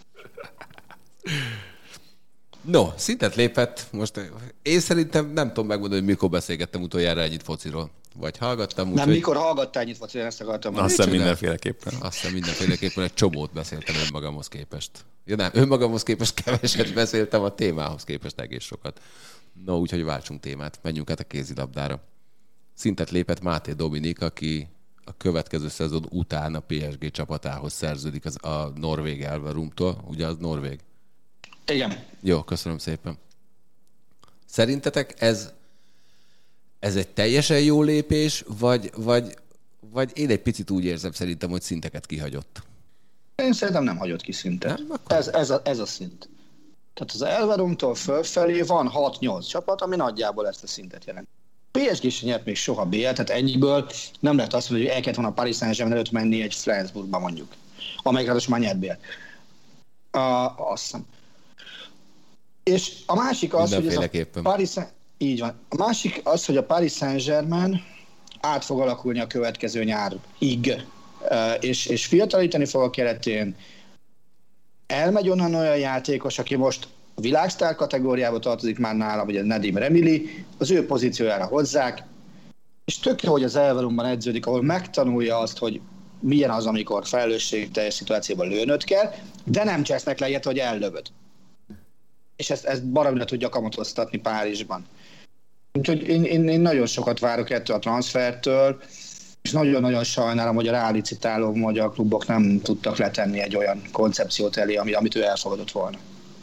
No, szintet lépett. Most én szerintem nem tudom megmondani, hogy mikor beszélgettem utoljára ennyit fociról. Vagy hallgattam. Nem, mikor hallgattál ennyit fociról, ezt akartam mondani. Azt hiszem mindenféleképpen. Azt hiszem mindenféleképpen egy csomót beszéltem önmagamhoz képest. Ja nem, önmagamhoz képest keveset beszéltem, a témához képest egész sokat. No, úgyhogy váltsunk témát. Menjünk át a kézilabdára. Szintet lépett Máté Dominik, aki a következő szezon után a PSG csapatához szerződik a norvég Elverumtól. Ugye az norvég? Igen. Jó, köszönöm szépen. Szerintetek ez egy teljesen jó lépés, vagy én egy picit úgy érzem szerintem, hogy szinteket kihagyott? Én szerintem nem hagyott ki szintet. Ez a szint. Tehát az Elverumtól fölfelé van 6-8 csapat, ami nagyjából ezt a szintet jelent. PSG sem nyert még soha BL, tehát ennyiből nem lehet azt mondani, hogy el kellett volna a Paris Saint-Germain előtt menni egy Flensburgba mondjuk, amelyik ráadásul már nyert BL. Azt hiszem. És a másik az, hogy ez a Paris így van. A másik az, hogy a Paris Saint-Germain át fog alakulni a következő nyárig, és fiatalítani fog a keretén. Elmegy onnan olyan játékos, aki most a világsztár kategóriába tartozik már nála, vagy a Nedim Remili, az ő pozíciójára hozzák, és tök jó, hogy az Elverumban edződik, ahol megtanulja azt, hogy milyen az, amikor felelősségteljes szituációban lőnöd kell, de nem csesznek le ilyet, hogy ellövöd. És ezt baromira tudja kamatoztatni Párizsban. Úgyhogy én nagyon sokat várok ettől a transfertől, és nagyon-nagyon sajnálom, hogy a rálicitáló magyar klubok nem tudtak letenni egy olyan koncepciót elé, amit ő elfogadott volna.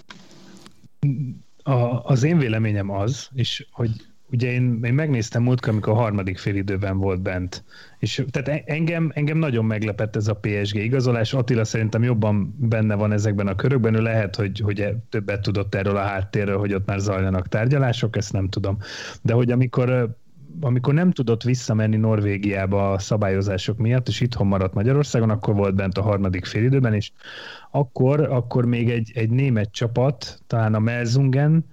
Az én véleményem az, és hogy ugye én megnéztem múltkor, amikor a harmadik félidőben volt bent, és tehát engem nagyon meglepett ez a PSG igazolás. Attila szerintem jobban benne van ezekben a körökben, ő lehet, hogy többet tudott erről a háttérről, hogy ott már zajlanak tárgyalások, ezt nem tudom. De hogy amikor nem tudott visszamenni Norvégiába a szabályozások miatt, és itthon maradt Magyarországon, akkor volt bent a harmadik félidőben, és akkor még egy német csapat, talán a Melsungen,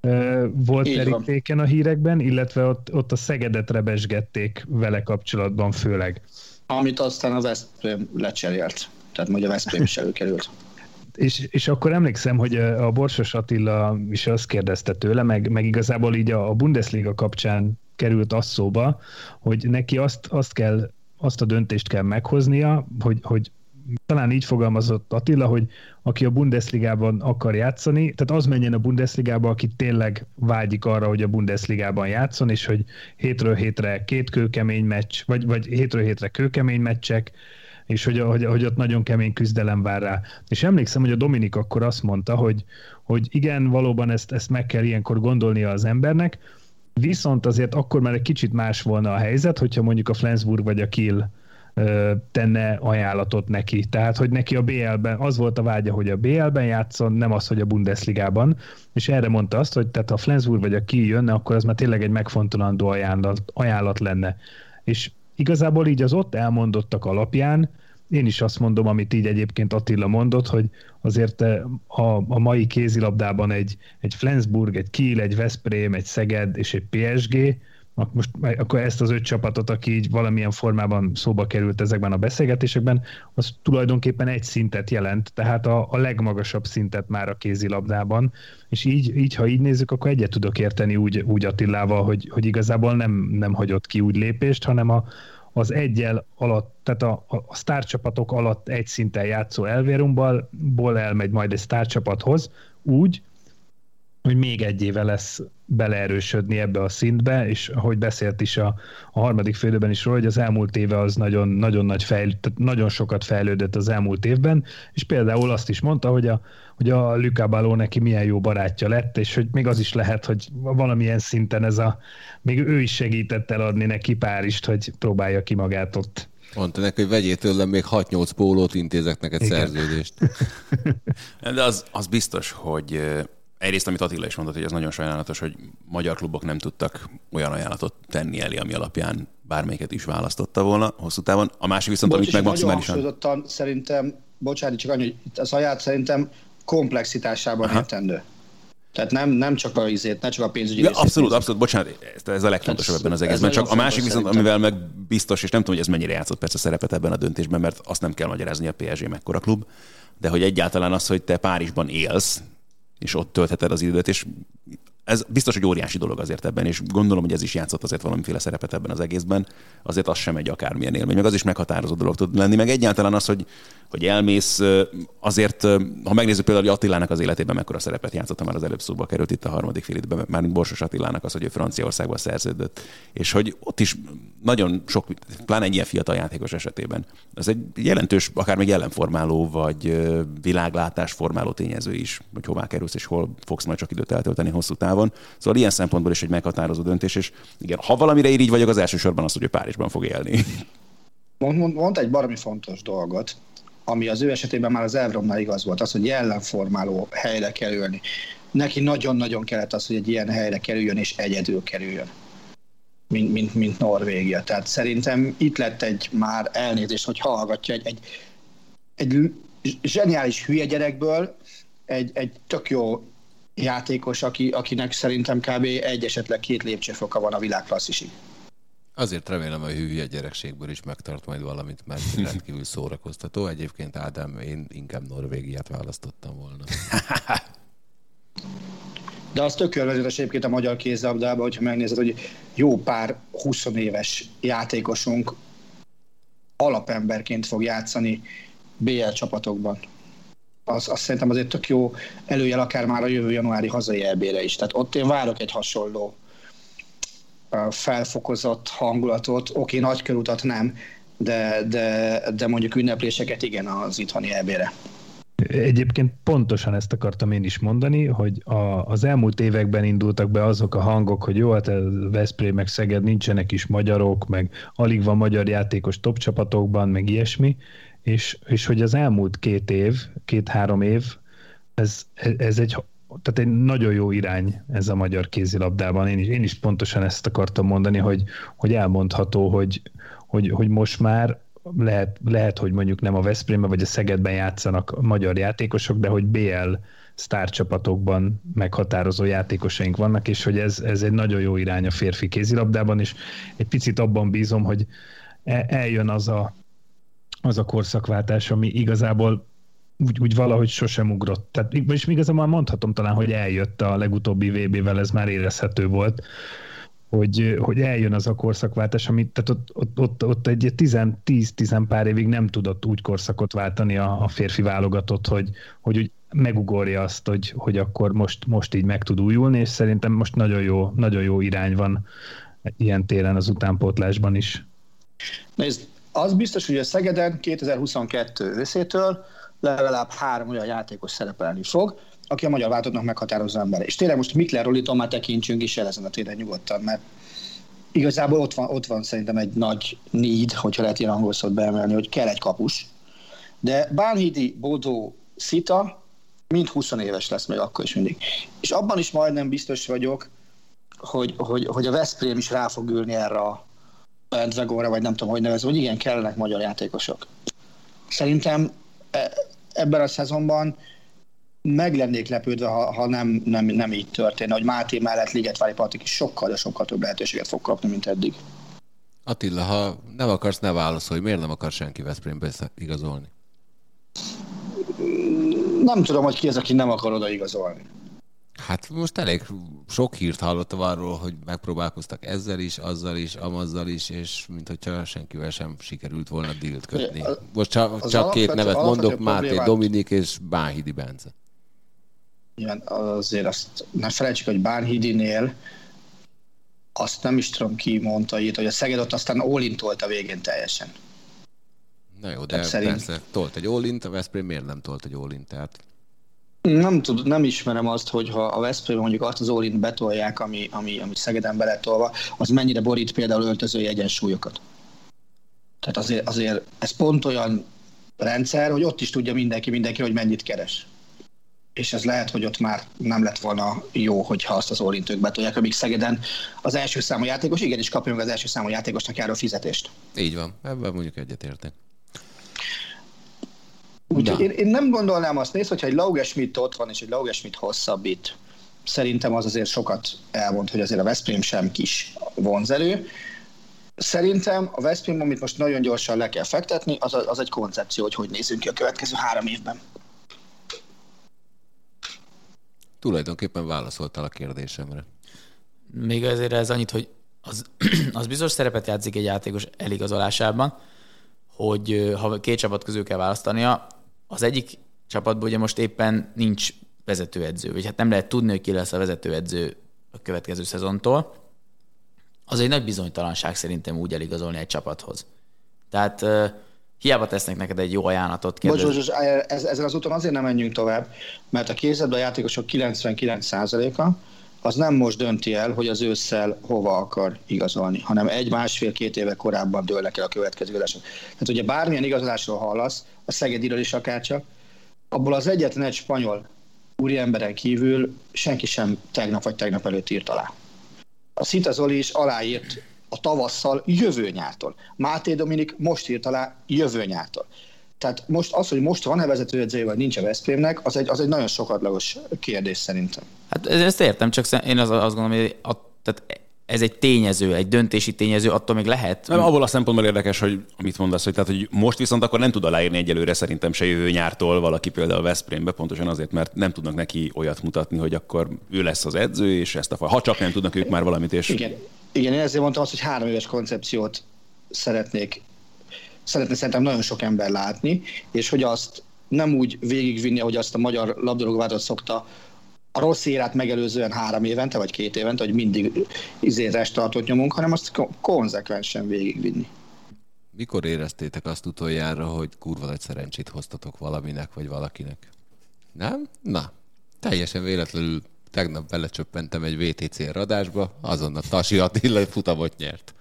volt terítéken a hírekben, illetve ott a Szegedet rebesgették vele kapcsolatban főleg. Amit aztán a Veszprém lecserélt. Tehát mondja, a Veszprém is előkerült. És akkor emlékszem, hogy a Borsos Attila is azt kérdezte tőle, meg igazából így a Bundesliga kapcsán került az szóba, hogy neki azt a döntést kell meghoznia, hogy talán így fogalmazott Attila, hogy aki a Bundesligában akar játszani, tehát az menjen a Bundesligába, aki tényleg vágyik arra, hogy a Bundesligában játszon, és hogy hétről hétre 2 kőkemény meccs, vagy hétről hétre kőkemény meccsek, és hogy ott nagyon kemény küzdelem vár rá. És emlékszem, hogy a Dominik akkor azt mondta, hogy igen, valóban ezt meg kell ilyenkor gondolnia az embernek, viszont azért akkor már egy kicsit más volna a helyzet, hogyha mondjuk a Flensburg vagy a Kiel tenne ajánlatot neki. Tehát, hogy neki a BL-ben, az volt a vágya, hogy a BL-ben játszon, nem az, hogy a Bundesligában. És erre mondta azt, hogy tehát ha a Flensburg vagy a Kiel jönne, akkor az már tényleg egy megfontolandó ajánlat lenne. És igazából így az ott elmondottak alapján én is azt mondom, amit így egyébként Attila mondott, hogy azért a mai kézilabdában egy Flensburg, egy Kiel, egy Veszprém, egy Szeged és egy PSG, most akkor ezt az 5 csapatot, aki így valamilyen formában szóba került ezekben a beszélgetésekben, az tulajdonképpen egy szintet jelent, tehát a legmagasabb szintet már a kézilabdában, és így ha így nézzük, akkor egyet tudok érteni úgy Attilával, hogy igazából nem hagyott ki úgy lépést, hanem az egyel alatt, tehát a sztárcsapatok alatt egy szinten játszó Elverumból elmegy majd egy sztárcsapathoz úgy, hogy még egy éve lesz beleerősödni ebbe a szintbe, és ahogy beszélt is a harmadik félidőben is róla, hogy az elmúlt éve az nagyon sokat fejlődött az elmúlt évben, és például azt is mondta, hogy a Luca Baló neki milyen jó barátja lett, és hogy még az is lehet, hogy valamilyen szinten még ő is segített eladni neki Párizst, hogy próbálja ki magát ott. Mondta neki, hogy vegyél tőlem még 6-8 pólót, intézek neked szerződést. De az biztos, hogy egyrészt, amit Attila is mondott, hogy ez nagyon sajnálatos, hogy magyar klubok nem tudtak olyan ajánlatot tenni elé, ami alapján bármelyiket is választotta volna hosszú távon. A másik viszont, amit meg maximálisan... Szerintem, bocsánat, csak annyi, hogy a saját szerintem komplexitásában értendő. Tehát nem csak a ízét, ne csak a pénzügyi részét. Abszolút, bocsánat, ez a legfontosabb ebben az egészben. Csak a másik viszont, amivel meg biztos, és nem tudom, hogy ez mennyire játszott persze szerepet ebben a döntésben, mert azt nem kell magyarázni, a PSG mekkora klub, de hogy egyáltalán az, hogy te Párizsban élsz, és ott töltheted az időt, és ez biztos, hogy óriási dolog azért ebben, és gondolom, hogy ez is játszott azért valamiféle szerepet ebben az egészben, azért az sem egy akármilyen élmény, meg az is meghatározó dolog tud lenni, meg egyáltalán az, hogy elmész, azért, ha megnézzük például, hogy Attilának az életében mekkora szerepet játszott, már az előbb szóba került itt a harmadik félidőben, már Borsos Attilának az, hogy ő Franciaországban szerződött, és hogy ott is nagyon sok, pláne egy ilyen fiatal játékos esetében, ez egy jelentős, akár még jelenformáló, vagy világlátásformáló tényező is, hogy hová kerülsz, és hol fogsz majd csak időt eltölteni hosszú távon. Szóval ilyen szempontból is egy meghatározó döntés, és igen, ha valamire így vagyok, az elsősorban az, hogy ő Párizsban fog élni. Mond egy baromi fontos dolgot, ami az ő esetében már az Elvromnál igaz volt, az, hogy ellenformáló helyre kerülni. Neki nagyon-nagyon kellett az, hogy egy ilyen helyre kerüljön, és egyedül kerüljön, mint Norvégia. Tehát szerintem itt lett egy már elnézést, hogy hallgatja egy zseniális hülye gyerekből egy tök jó játékos, akinek szerintem kb. Egy esetleg 2 lépcsőfoka van a világklasszisig. Azért remélem, hogy hülye gyerekségből is megtart majd valamit, mert rendkívül szórakoztató. Egyébként Ádám, én inkább Norvégiát választottam volna. De az tök örvezetes egyébként a magyar kézilabdában, hogyha megnézed, hogy jó pár 20 éves játékosunk alapemberként fog játszani BL csapatokban. Az szerintem azért tök jó előjel akár már a jövő januári hazai EB-re is. Tehát ott én várok egy hasonló felfokozott hangulatot. Oké, nagykörutat nem, de mondjuk ünnepléseket igen az itthoni EB-re. Egyébként pontosan ezt akartam én is mondani, hogy az elmúlt években indultak be azok a hangok, hogy jó, hát Veszprém meg Szeged nincsenek is magyarok, meg alig van magyar játékos top csapatokban, meg ilyesmi, és hogy az elmúlt 2-3 év, ez egy nagyon jó irány ez a magyar kézilabdában. Én is pontosan ezt akartam mondani, hogy elmondható, hogy most már lehet, hogy mondjuk nem a Veszprémben vagy a Szegedben játszanak magyar játékosok, de hogy BL sztárcsapatokban meghatározó játékosaink vannak, és hogy ez egy nagyon jó irány a férfi kézilabdában, és egy picit abban bízom, hogy eljön az a korszakváltás, ami igazából úgy valahogy sosem ugrott. Tehát, és igazából mondhatom talán, hogy eljött a legutóbbi VB-vel, ez már érezhető volt, hogy eljön az a korszakváltás, tehát ott egy 10 pár évig nem tudott úgy korszakot váltani a férfi válogatott, hogy megugorja azt, hogy akkor most így meg tud újulni, és szerintem most nagyon jó irány van ilyen téren az utánpótlásban is. Nézd, az biztos, hogy a Szegeden 2022 őszétől legalább 3 olyan játékos szerepelni fog, aki a magyar válogatottnak meghatározó ember. És tényleg most Mikler Rolitól már tekintsünk is el ezen a téren nyugodtan, mert igazából ott van szerintem egy nagy need, hogyha lehet ilyen angol szót beemelni, hogy kell egy kapus. De Bánhidi, Bodó, Szita mind 20 éves lesz még akkor is mindig. És abban is majdnem biztos vagyok, hogy a Veszprém is rá fog ülni erre a bandwagonra, vagy nem tudom, hogy nevezem, hogy igen, kellenek magyar játékosok. Szerintem ebben a szezonban meg lennék lepődve, ha nem így történne, hogy Máté mellett Ligetvári Patrik is sokkal több lehetőséget fog kapni, mint eddig. Attila, ha nem akarsz, ne válaszolj. Miért nem akar senki Veszprémbe igazolni? Nem tudom, hogy ki az, aki nem akar oda igazolni. Hát most elég sok hírt hallottam arról, hogy megpróbálkoztak ezzel is, azzal is, amazzal is, és minthogyha senkivel sem sikerült volna dílt kötni. Most csak 2 nevet mondok, Máté Dominik és Bánhidi Bence. Igen, azért azt ne felejtsük, hogy Bánhidinél azt nem is tudom ki mondta itt, hogy a Szeged ott aztán all-in tolt a végén teljesen. Na jó, de persze tolt egy all-int, a Veszprém miért nem tolt egy all-int? Tehát... Nem ismerem azt, hogy ha a Veszprém mondjuk azt az all-int betolják, ami Szegeden beletolva, az mennyire borít például öltözői egyensúlyokat. Tehát azért ez pont olyan rendszer, hogy ott is tudja mindenki, hogy mennyit keres. És ez lehet, hogy ott már nem lett volna jó, hogyha azt az all-int ők betolják, amíg Szegeden az első számú játékos, igenis kapja meg az első számú játékosnak járó fizetést. Így van, ebben mondjuk egyetértek. Úgyhogy én nem gondolnám azt, nézd, hogyha egy Lauge Schmidt ott van, és egy Lauge Schmidt hosszabbít, szerintem az azért sokat elmond, hogy azért a Veszprém sem kis vonzerő. Szerintem a Veszprém, amit most nagyon gyorsan le kell fektetni, az egy koncepció, hogy nézzünk ki a következő 3 évben. Tulajdonképpen válaszoltál a kérdésemre. Még azért ez annyit, hogy az biztos szerepet játszik egy játékos eligazolásában, hogy ha 2 csapat közül kell választania, az egyik csapatban ugye most éppen nincs vezetőedző, vagy hát nem lehet tudni, hogy ki lesz a vezetőedző a következő szezontól. Az egy nagy bizonytalanság szerintem úgy eligazolni egy csapathoz. Tehát hiába tesznek neked egy jó ajánlatot. Bocs, ezen az úton azért nem menjünk tovább, mert a kézilabda játékosok 99%-a az nem most dönti el, hogy az ősszel hova akar igazolni, hanem 1-1,5-2 éve korábban dőlnek el a következő igazolások. Tehát ugye bármilyen igazolásról hallasz, a Szegediről is akárcsak, abból az egyetlen egy spanyol úriemberen kívül senki sem tegnap vagy tegnap előtt írt alá. A Szita Zoli is aláírt a tavasszal jövő nyártól. Máté Dominik most írt alá jövő nyártól. Tehát most az, hogy most van-e vezetőedzője, vagy nincs a Veszprémnek, az egy nagyon sokadlagos kérdés szerintem. Hát ezt értem, csak én azt gondolom, hogy tehát ez egy tényező, egy döntési tényező, attól még lehet. Nem, abból a szempontból érdekes, hogy amit mondasz, hogy, tehát, hogy most viszont akkor nem tud aláírni egyelőre szerintem se jövő nyártól valaki például Veszprémbe, pontosan azért, mert nem tudnak neki olyat mutatni, hogy akkor ő lesz az edző, és ezt ha csak nem tudnak ők már valamit. És... Igen, én ezért mondtam azt, hogy 3 éves koncepciót szeretne szerintem nagyon sok ember látni, és hogy azt nem úgy végigvinni, ahogy azt a magyar labdarúgóvállalat szokta, a rossz érát megelőzően 3 évente, vagy 2 évente, hogy mindig restartot nyomunk, hanem azt konzekvensen végigvinni. Mikor éreztétek azt utoljára, hogy kurva nagy szerencsét hoztatok valaminek, vagy valakinek? Nem? Na, teljesen véletlenül tegnap belecsöppentem egy VTC radásba, azonnal Tasi Attila futamot nyert.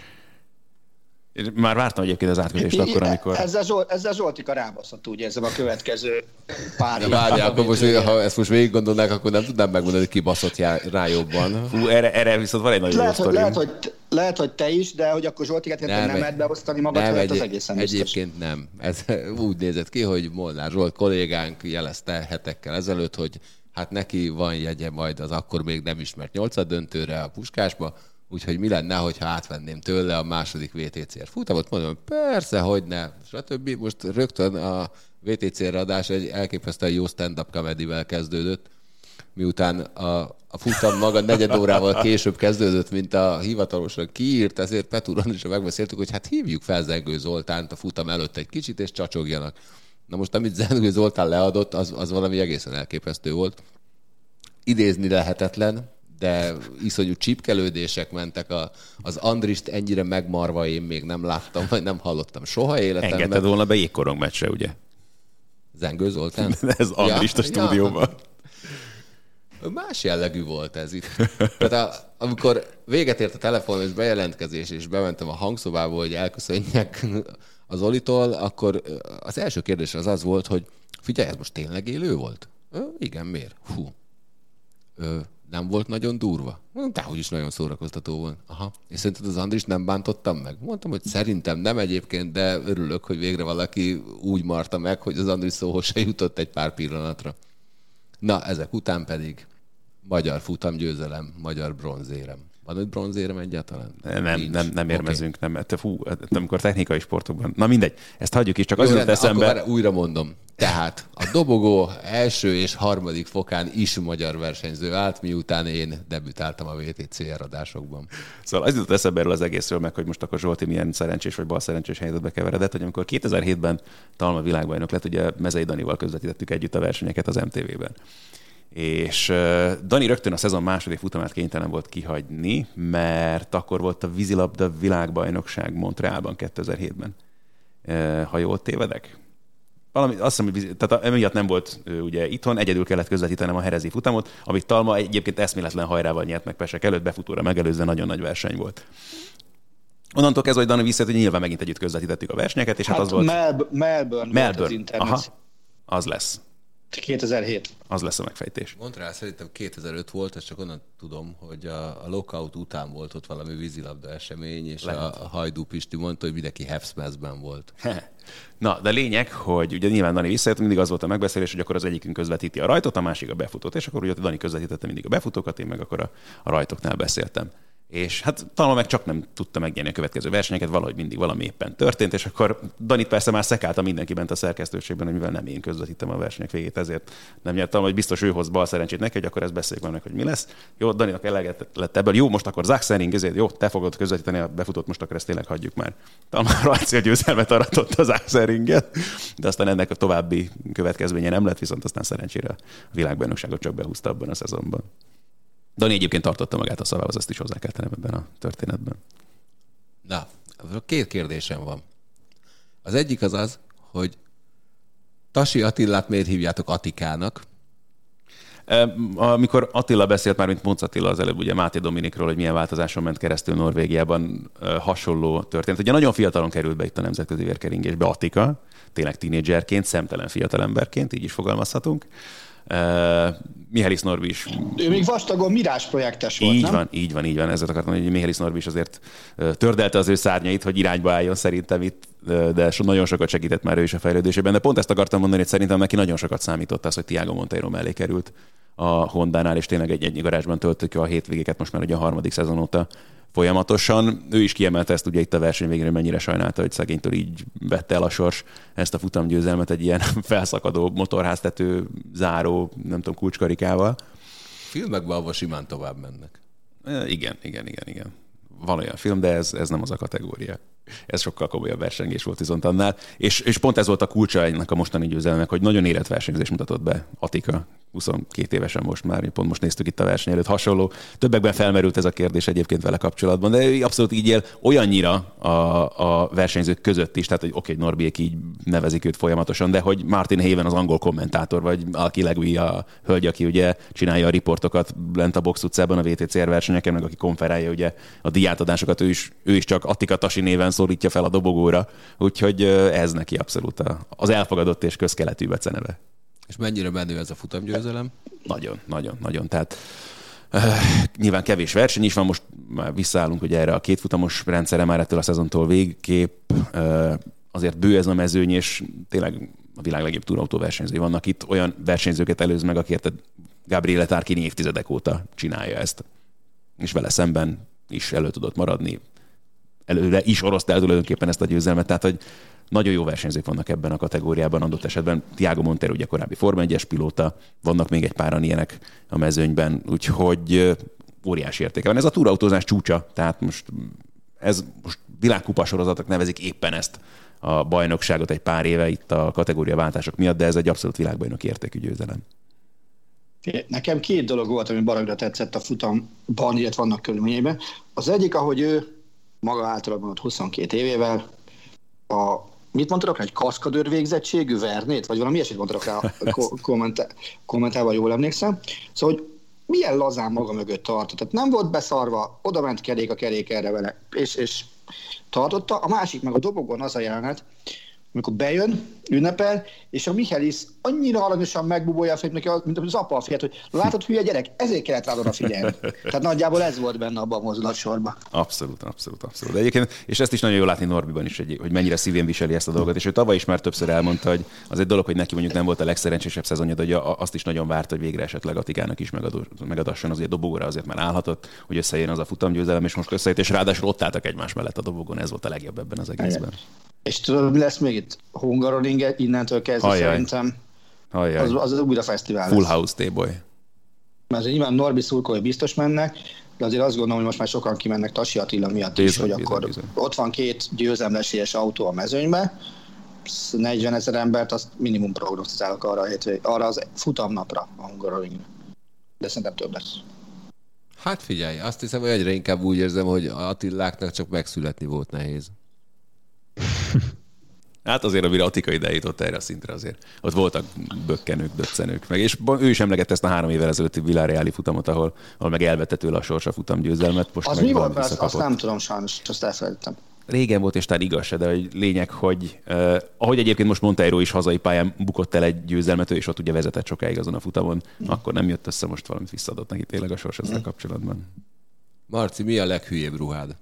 Én már vártam egyébként az átkötést akkor, amikor... Ezzel Zsoltika rábaszott, úgy érzem, a következő pár évben. Várjál, akkor most, ha ezt most végig gondolnák, akkor nem tudnám megmondani, hogy ki baszott rá jobban. Fú, erre viszont van egy nagyon jó sztorim. Lehet, hogy te is, de hogy akkor Zsoltikát nem lehet beosztani magad, nem, az egészen biztos. Egyébként nem. Ez úgy nézett ki, hogy Molnár Zsolt kollégánk jelezte hetekkel ezelőtt, hogy hát neki van jegye majd az akkor még nem ismert 8. döntőre a Puskásba, úgyhogy mi lenne, hogyha átvenném tőle a második VTCR futamot? Mondom, persze, hogy ne, stb. Most rögtön a VTCR adás egy elképesztően jó stand-up comedy-vel kezdődött, miután a futam maga 4 órával később kezdődött, mint a hivatalosan kiírt, ezért Petúron is megbeszéltük, hogy hát hívjuk fel Zengő Zoltánt a futam előtt egy kicsit, és csacsogjanak. Na most, amit Zengő Zoltán leadott, az valami egészen elképesztő volt. Idézni lehetetlen, de iszonyú csípkelődések mentek. Az Andrist ennyire megmarva én még nem láttam, vagy nem hallottam soha életemben. Engedted volna be jégkorong meccsre, ugye? Zengő Zoltán? Ez Andrist a stúdióban. Ja. Más jellegű volt ez itt. Tehát amikor véget ért a telefon és bejelentkezés, és bementem a hangszobába, hogy elköszönjek az Olitól, akkor az első kérdés az volt, hogy figyelj, ez most tényleg élő volt? Igen, miért? Nem volt nagyon durva? Dehogy is nagyon szórakoztató volt. Aha. És szerinted az Andrist nem bántottam meg? Mondtam, hogy szerintem nem egyébként, de örülök, hogy végre valaki úgy marta meg, hogy az Andris szóhoz se jutott egy pár pillanatra. Na, ezek után pedig magyar futamgyőzelem, magyar bronzérem. Van egy bronzérem egyáltalán? Nem érmezünk. Okay. Nem, amikor technikai sportokban. Na mindegy, ezt hagyjuk is, csak az jut eszembe. Akkor újra mondom. Tehát a dobogó első és harmadik fokán is magyar versenyző állt, miután én debütáltam a VTCR adásokban. Szóval az jutott eszembe erről az egészről meg, hogy most akkor Zsolti milyen szerencsés vagy bal szerencsés helyzetbe keveredett, hogy amikor 2007-ben Talma világbajnok lett, ugye Mezei Danival közvetítettük együtt a versenyeket az MTV-ben. És Dani rögtön a szezon második futamát kénytelen volt kihagyni, mert akkor volt a vízilabda világbajnokság Montrealban 2007-ben. Ha jól tévedek? Valami, azt hiszem, hogy tehát emiatt nem volt ugye itthon, egyedül kellett közvetítenem a herezi futamot, amit Talma egyébként eszméletlen hajrával nyert meg Pesek előtt, befutóra megelőzve nagyon nagy verseny volt. Onnantól kezdve, hogy Dani visszajött, hogy nyilván megint együtt közvetítettük a versenyeket, és hát az volt... Melbourne volt az internet. Aha, az lesz. 2007. Az lesz a megfejtés. Montreal szerintem 2005 volt, ezt csak onnan tudom, hogy a lockout után volt ott valami vízilabda esemény, és a Hajdú Pisti mondta, hogy mindenki Hefszmezben volt. Na, de lényeg, hogy ugye nyilván Dani visszajött, mindig az volt a megbeszélés, hogy akkor az egyikünk közvetíti a rajtot, a másik a befutót, és akkor ugye Dani közvetítette mindig a befutókat, én meg akkor a rajtoknál beszéltem. És hát talán meg csak nem tudta megnyerni a következő versenyeket, valahogy mindig valami éppen történt, és akkor Danit persze már szekálta mindenki bent a szerkesztőségben, hogy mivel nem én közvetítem a versenyek végét, ezért nem nyertem, hogy biztos ő hoz bal szerencsét neki, hogy akkor ezt beszéljük meg, hogy mi lesz. Jó, Daninak eleget lett ebből. Jó, most akkor Zachsering, ezért jó, te fogod közvetíteni a befutót, most akkor ezt tényleg hagyjuk már. Talán rajcél győzelmet aratott az Zachseringet, de aztán ennek a további következménye nem lett, viszont aztán szerencsére a világbajnokságot csak behúzta abban a szezonban. Dani egyébként tartotta magát a szavához, azt is hozzá kell tennem ebben a történetben. Na, 2 kérdésem van. Az egyik az, hogy Tasi Attilát miért hívjátok Atikának? Amikor Attila beszélt már, mint Móc Attila az előbb, ugye Máté Dominikról, hogy milyen változáson ment keresztül Norvégiában, hasonló történt. Ugye nagyon fiatalon került be itt a nemzetközi vérkeringésbe Attika, tényleg tínédzserként, szemtelen fiatalemberként, így is fogalmazhatunk. Mihály Norbi is. Ő még vastagon Mirás projektes volt, nem? Így van. Ezzel akartam mondani, hogy Mihály Norbi is azért tördelte az ő szárnyait, hogy irányba álljon szerintem itt, de nagyon sokat segített már ő is a fejlődésében. De pont ezt akartam mondani, hogy szerintem neki nagyon sokat számított az, hogy Thiago Monteiro mellé került a Hondánál, és tényleg egy garázsban töltük a hétvégéket most már ugye a 3. szezon óta folyamatosan. Ő is kiemelte ezt ugye itt a verseny végén, mennyire sajnálta, hogy szegénytől így vette el a sors ezt a futamgyőzelmet egy ilyen felszakadó motorháztető, záró, nem tudom, kulcskarikával. Filmekben avval simán tovább mennek. Igen. Van olyan film, de ez nem az a kategória. Ez sokkal komolyabb versengés volt viszont annál. És pont ez volt a kulcsa ennek a mostani győzelmek, hogy nagyon érett versenyzés mutatott be Attika, 22 évesen most már, pont most néztük itt a verseny előtt, hasonló. Többekben felmerült ez a kérdés egyébként vele kapcsolatban, de abszolút így él olyannyira a versenyzők között is, tehát hogy oké, Norbiék így nevezik őt folyamatosan, de hogy Martin Haven az angol kommentátor, vagy Alki Legui a hölgy, aki ugye csinálja a riportokat lent a box utcában a VTCR versenyeken, meg aki konferálja ugye a díjátadásokat, ő is csak Attika Tasi néven szólítja fel a dobogóra, úgyhogy ez neki abszolút az elfogadott és közkeletű beceneve. És mennyire menő ez a futamgyőzelem? Nagyon. Tehát nyilván kevés verseny is van, most már visszaállunk ugye erre a 2 futamos rendszerre már ettől a szezontól végképp. Azért bő ez a mezőny, és tényleg a világ legjobb túrautó versenyzői vannak itt. Olyan versenyzőket előz meg, akiért Gabriele Tarquini évtizedek óta csinálja ezt. És vele szemben is elő tudott maradni. Előre is oroszta el tulajdonképpen ezt a győzelmet, tehát hogy nagyon jó versenyzők vannak ebben a kategóriában, adott esetben Thiago Monteiro ugye korábbi Forma 1-es pilóta, vannak még egy páran ilyenek a mezőnyben, úgyhogy óriási értéke van. Ez a túrautózás csúcsa, tehát most világkupa sorozatok nevezik éppen ezt a bajnokságot egy pár éve itt a kategóriaváltások miatt, de ez egy abszolút világbajnoki értékű győzelem. Nekem 2 dolog volt, ami baromra tetszett a futamban, illetve vannak körülményeiben. Az egyik, ahogy ő maga általában mondott 22 évével mit mondtak rá, egy kaszkadőr végzettségű Vernét, vagy valami ilyesmit mondtak rá a kommentában, jól emlékszem. Szóval, hogy milyen lazán maga mögött tartott. Tehát nem volt beszarva, oda ment kerék a kerék erre vele, és tartotta. A másik meg a dobogon az a jelenet, amikor bejön, ünnepel, és a Michaelis annyira aranyosan megbubolja a fejét, mint az apa a fiát, hogy látod, hülye gyerek, ezért kellett rád oda figyelni. Tehát nagyjából ez volt benne abban a mozdulatsorban. Abszolút. De egyébként, és ezt is nagyon jól látni Norbiban is, hogy mennyire szívén viseli ezt a dolgot, és ő tavaly is már többször elmondta, hogy az egy dolog, hogy neki mondjuk nem volt a legszerencsésebb szezonja, de azt is nagyon várt, hogy végre esetleg Attikának is megadasson, azért dobogóra azért már állhatott, hogy összejön az a futamgyőzelem, és most összejött, és ráadásul ott álltak egymás mellett a dobogon, ez volt a legjobb ebben az egészben. És tudod, mi lesz még itt? Hungaroring innentől kezdve szerintem az újra fesztivál Full lesz. House T-boy. Mert nyilván Norbi szurkolói biztos mennek, de azért azt gondolom, hogy most már sokan kimennek Tasi Attila miatt is, hogy akkor ott van 2 győzelemlesélyes autó a mezőnybe, 40 000 embert, azt minimum prognosztizálok arra az futamnapra a Hungaroringre. De szerintem több lesz. Hát figyelj, azt hiszem, hogy egyre inkább úgy érzem, hogy Attiláknak csak megszületni volt nehéz. Hát azért, amire Attika ide jutott erre a szintre azért. Ott voltak bökkenők, döccenők meg. És ő is emlegette ezt a 3 évvel ezelőtti Villarreali futamot, ahol meg elvette tőle a sors a futamgyőzelmet. Most az mi volt? Azt nem tudom sajnos, azt elfelejtettem. Régen volt, és talán igaz se, de a lényeg, hogy ahogy egyébként most Monteiro is hazai pályán bukott el egy győzelmet, és ott ugye vezetett sokáig azon a futamon, akkor nem jött össze, most valamit visszaadott neki tényleg a sors ezzel kapcsolatban. Marci, mi a leghülyébb ruhád?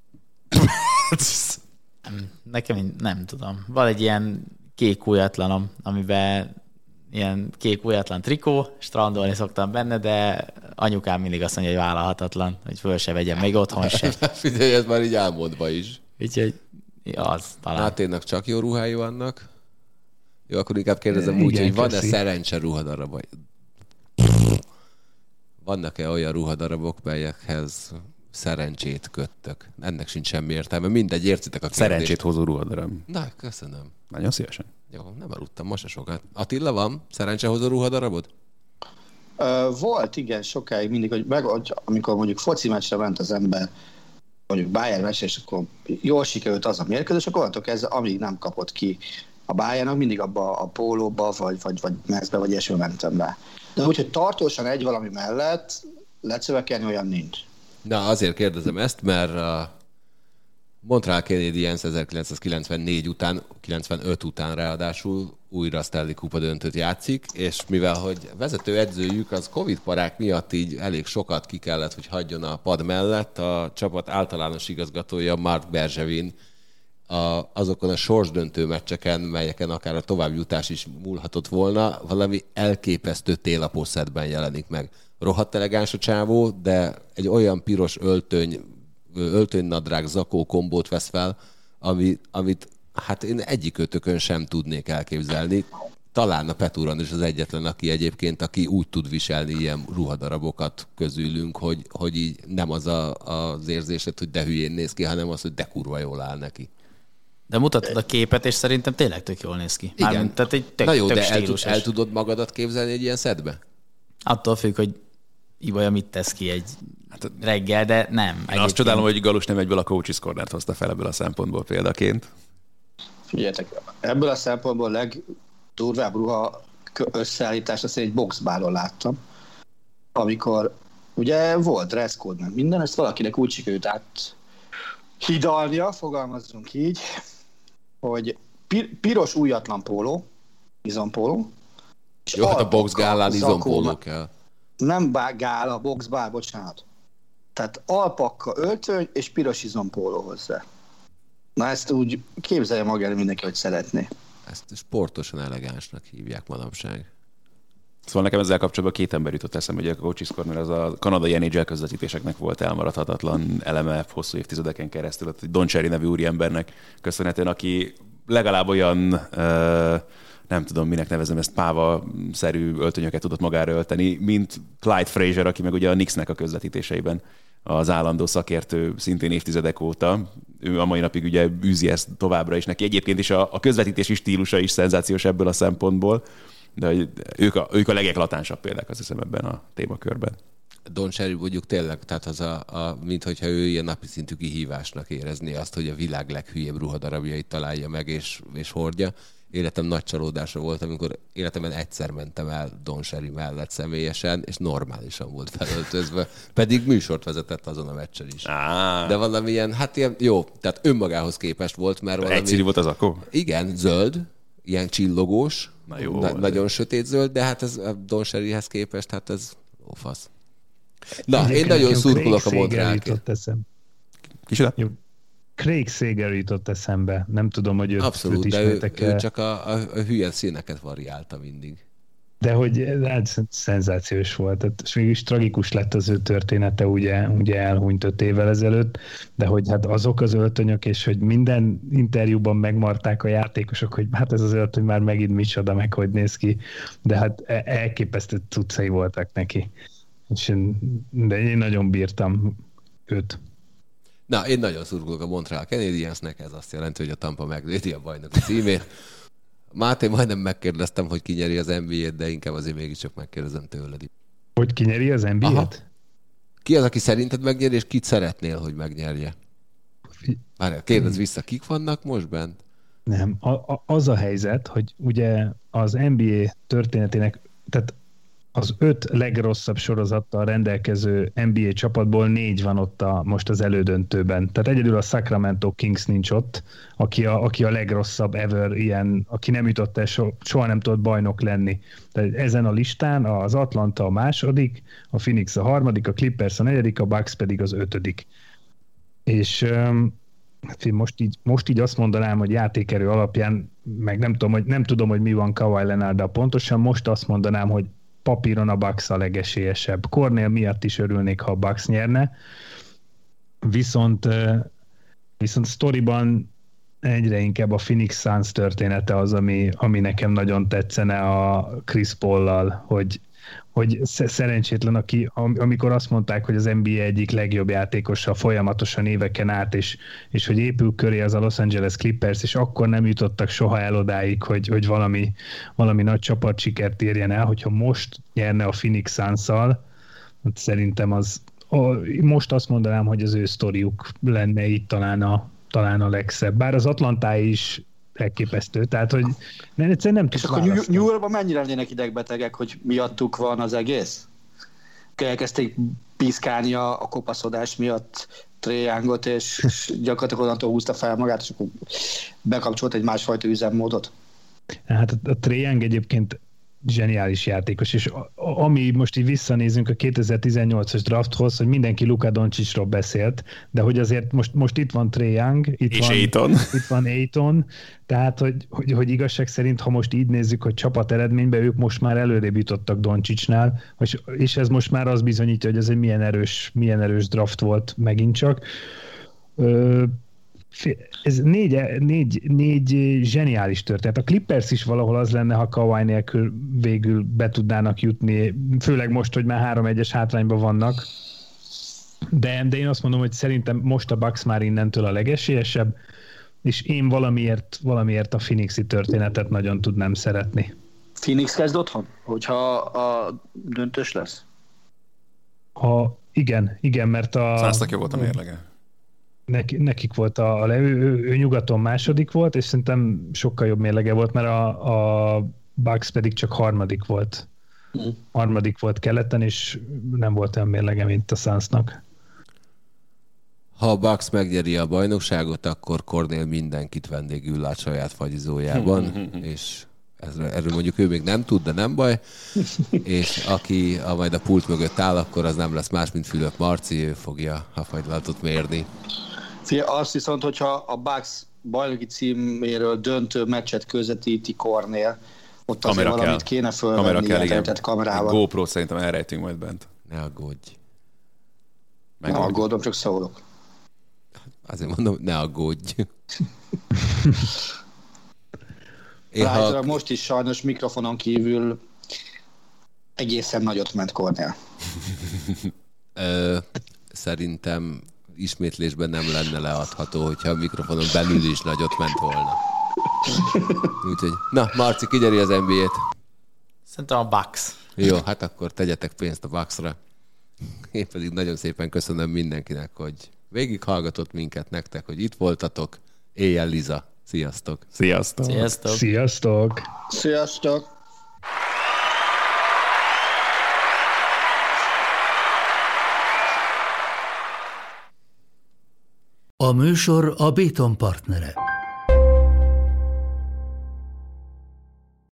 Nekem nem tudom. Van egy ilyen kék újatlanom, amiben ilyen kék újatlan trikó, strandolni szoktam benne, de anyukám mindig azt mondja, hogy vállalhatatlan, hogy föl se vegyem, még otthon se. Figyelj, ez már így álmodva is. Úgyhogy az talán. Máténak csak jó ruhái vannak. Jó, akkor inkább kérdezem úgy, hogy van-e szerencse ruhadarab? Vannak-e olyan ruhadarabok, melyekhez szerencsét köttök? Ennek sincs semmi értelme. Mindegy, értitek a kérdést. Szerencsét hozó ruhadarab. Na, köszönöm. Nagyon szívesen. Jó, nem aludtam ma se sokat. Attila, van szerencsehozó ruhadarabod? Volt, igen, sokáig mindig, hogy amikor mondjuk foci meccsre ment az ember, mondjuk Bayern meccs, és akkor jól sikerült az a mérkőzés, akkor onnantól kezdve, amíg nem kapott ki a Bayernnak, mindig abba a pólóba, vagy mezbe, vagy ilyesmi mentem be. De úgyhogy tartósan egy valami mellett lecövekelni olyan nincs. Na, azért kérdezem ezt, mert a Montreal Canadiens 1994 után, 95 után ráadásul újra Stanley Kupa döntőt játszik, és mivel hogy vezető edzőjük az Covid parák miatt így elég sokat ki kellett, hogy hagyjon a pad mellett, a csapat általános igazgatója Mark Bergevin azokon a sorsdöntő meccseken, melyeken akár a továbbjutás is múlhatott volna, valami elképesztő télapószedben jelenik meg. Rohadt elegáns a csávó, de egy olyan piros öltönynadrág zakó kombót vesz fel, amit hát én egyik ötökön sem tudnék elképzelni. Talán a Peturan is az egyetlen, aki úgy tud viselni ilyen ruhadarabokat közülünk, hogy így nem az az érzésed, hogy de hülyén néz ki, hanem az, hogy de kurva jól áll neki. De mutatod a képet, és szerintem tényleg tök jól néz ki. Igen. Mármint, tehát egy tök, na jó, tök de stílusos. el tudod magadat képzelni egy ilyen szedbe? Attól függ, hogy Ibolya mit tesz ki egy reggel, de nem. Én azt csodálom, hogy Galus nem egyből a Coach's Cornert hozta fel ebből a szempontból példaként. Figyeljetek, ebből a szempontból legdurvább ruha összeállítást azt egy boxbálon láttam, amikor ugye volt dress code, meg minden, ezt valakinek úgy sikerült áthidalnia, fogalmazzunk így, hogy piros újatlan póló, izompóló. Jó, hát a boxgálán izompóló kell. Nem gála, boxbál, bocsánat. Tehát alpakka, öltöny és piros izompóló hozzá. Na ezt úgy képzelje magára mindenki, hogy szeretné. Ezt sportosan elegánsnak hívják manapság. Szóval nekem ezzel kapcsolatban két ember jutott eszembe, hogy a Coach's Corner az a kanadai NHL közvetítéseknek volt elmaradhatatlan eleme hosszú évtizedeken keresztül. Don Cherry nevű úriembernek köszönhetően, aki legalább olyan, nem tudom, minek nevezem ezt, páva-szerű öltönyöket tudott magára ölteni, mint Clyde Frazier, aki meg ugye a Knicksnek a közvetítéseiben az állandó szakértő szintén évtizedek óta. Ő a mai napig ugye űzi ezt továbbra is neki. Egyébként is a közvetítési stílusa is szenzációs ebből a szempontból, de ők a legeklatánsabb példák, azt hiszem, ebben a témakörben. Don Cherry mondjuk tényleg, tehát az mint hogyha ő ilyen napi szintű kihívásnak érezné azt, hogy a világ leghülyébb ruhadarabjait találja meg és hordja. Életem nagy csalódása volt, amikor életemben egyszer mentem el Don Cherry mellett személyesen, és normálisan volt felöltözve, pedig műsort vezetett azon a meccsen is. De valamilyen, hát ilyen jó, tehát önmagához képest volt, mert valami... Egyszerű volt az akkor? Igen, zöld, ilyen csillogós, na jó, nagyon sötét zöld, de hát ez a Don Cherryhez képest, hát ez ófasz. Na, én nagyon szurkolok a Montrealként. Kicsoda? Craig Sager jutott eszembe. Nem tudom, hogy abszolút, de ő csak a hülye színeket variálta mindig. De hogy hát, szenzációs volt. Tehát, és mégis tragikus lett az ő története, ugye elhunyt 5 évvel ezelőtt, de hogy hát azok az öltönyök, és hogy minden interjúban megmarták a játékosok, hogy hát ez az öltöny már megint micsoda, meg hogy néz ki, de hát elképesztő cuccai voltak neki. De én nagyon bírtam őt. Na, én nagyon szurkolok a Montreal Canadiensnek, ez azt jelenti, hogy a Tampa megvédi a bajnoki címét. Máté, majdnem megkérdeztem, hogy ki nyeri az NBA-t, de inkább azért mégiscsak megkérdezem tőled. Hogy ki nyeri az NBA-t? Aha. Ki az, aki szerinted megnyeri, és kit szeretnél, hogy megnyerje? Várjál, kérdezz vissza, kik vannak most bent? Nem, az a helyzet, hogy ugye az NBA történetének, tehát az 5 legrosszabb sorozattal rendelkező NBA csapatból 4 van ott most az elődöntőben. Tehát egyedül a Sacramento Kings nincs ott, aki a legrosszabb ever, ilyen, aki nem jutott el, soha nem tudott bajnok lenni. Tehát ezen a listán az Atlanta a második, a Phoenix a harmadik, a Clippers a negyedik, a Bucks pedig az 5. És most így azt mondanám, hogy játékerő alapján, meg nem tudom, hogy mi van Kawhi Leonarddal pontosan, most azt mondanám, hogy papíron a Bucks a legesélyesebb. Cornél miatt is örülnék, ha a Bucks nyerne. Viszont sztoriban egyre inkább a Phoenix Suns története az, ami nekem nagyon tetszene a Chris Paul-lal, hogy szerencsétlen, amikor azt mondták, hogy az NBA egyik legjobb játékosa folyamatosan éveken át, és hogy épül köré az a Los Angeles Clippers, és akkor nem jutottak soha el odáig, hogy valami nagy csapatsikert érjen el, hogyha most nyerne a Phoenix Suns-szal, szerintem most azt mondanám, hogy az ő sztoriuk lenne itt talán a legszebb. Bár az Atlantái is elképesztő. Tehát, hogy egyszerűen nem tudsz És akkor választani. New Yorkban mennyire lennének idegbetegek, hogy miattuk van az egész? Elkezdték piszkálni a kopaszodás miatt Trae Youngot, és gyakorlatilag onnantól húzta fel magát, és akkor bekapcsolt egy másfajta üzemmódot. Hát a Trae Young egyébként zseniális játékos, és ami most így visszanézünk a 2018-as drafthoz, hogy mindenki Luka Doncicról beszélt, de hogy azért most itt van Trae Young, itt van Ayton, tehát hogy igazság szerint, ha most így nézzük, hogy csapat eredményben ők most már előrébb jutottak Doncicnál, és ez most már az bizonyítja, hogy ez egy milyen erős draft volt megint csak. Ez négy zseniális történet. A Clippers is valahol az lenne, ha Kawhi nélkül végül be tudnának jutni, főleg most, hogy már 3-1-es hátrányban vannak. De én azt mondom, hogy szerintem most a Bucks már innentől a legesélyesebb, és én valamiért a Phoenixi történetet nagyon tudnám szeretni. Phoenix kezd otthon? Hogyha a döntős lesz? Igen, mert a... Szásznak jó volt a mérlege. Nekik volt ő nyugaton második volt, és szerintem sokkal jobb mérlege volt, mert a Bucks pedig csak harmadik volt. Harmadik volt keleten, és nem volt olyan mérlege, mint a Sunsnak. Ha a Bucks megnyeri a bajnokságot, akkor Cornél mindenkit vendégül lát saját fagyizójában, és erről mondjuk ő még nem tud, de nem baj. És aki majd a pult mögött áll, akkor az nem lesz más, mint Fülöp Marci, ő fogja a fagylatot mérni. Azt viszont, hogyha a Bucks bajnoki címéről döntő meccset közvetíti Cornél, ott azért valamit kéne fölvenni tehát kamerával. GoPro szerintem elrejtünk majd bent. Ne aggódj. Nem aggódom, csak szólok. Azért mondom, ne aggódj. Most is sajnos mikrofonon kívül egészen nagyot ment Cornél. Szerintem ismétlésben nem lenne leadható, hogyha a mikrofonon belül is nagyot ment volna. Úgyhogy, na, Marci, ki nyeri az NBA-t? Szerintem a Bucks. Jó, hát akkor tegyetek pénzt a Bucksra. Én pedig nagyon szépen köszönöm mindenkinek, hogy végighallgatott minket nektek, hogy itt voltatok. Éjjel Liza. Sziasztok! Sziasztok! Sziasztok! Sziasztok! Sziasztok! A műsor a Béton partnere.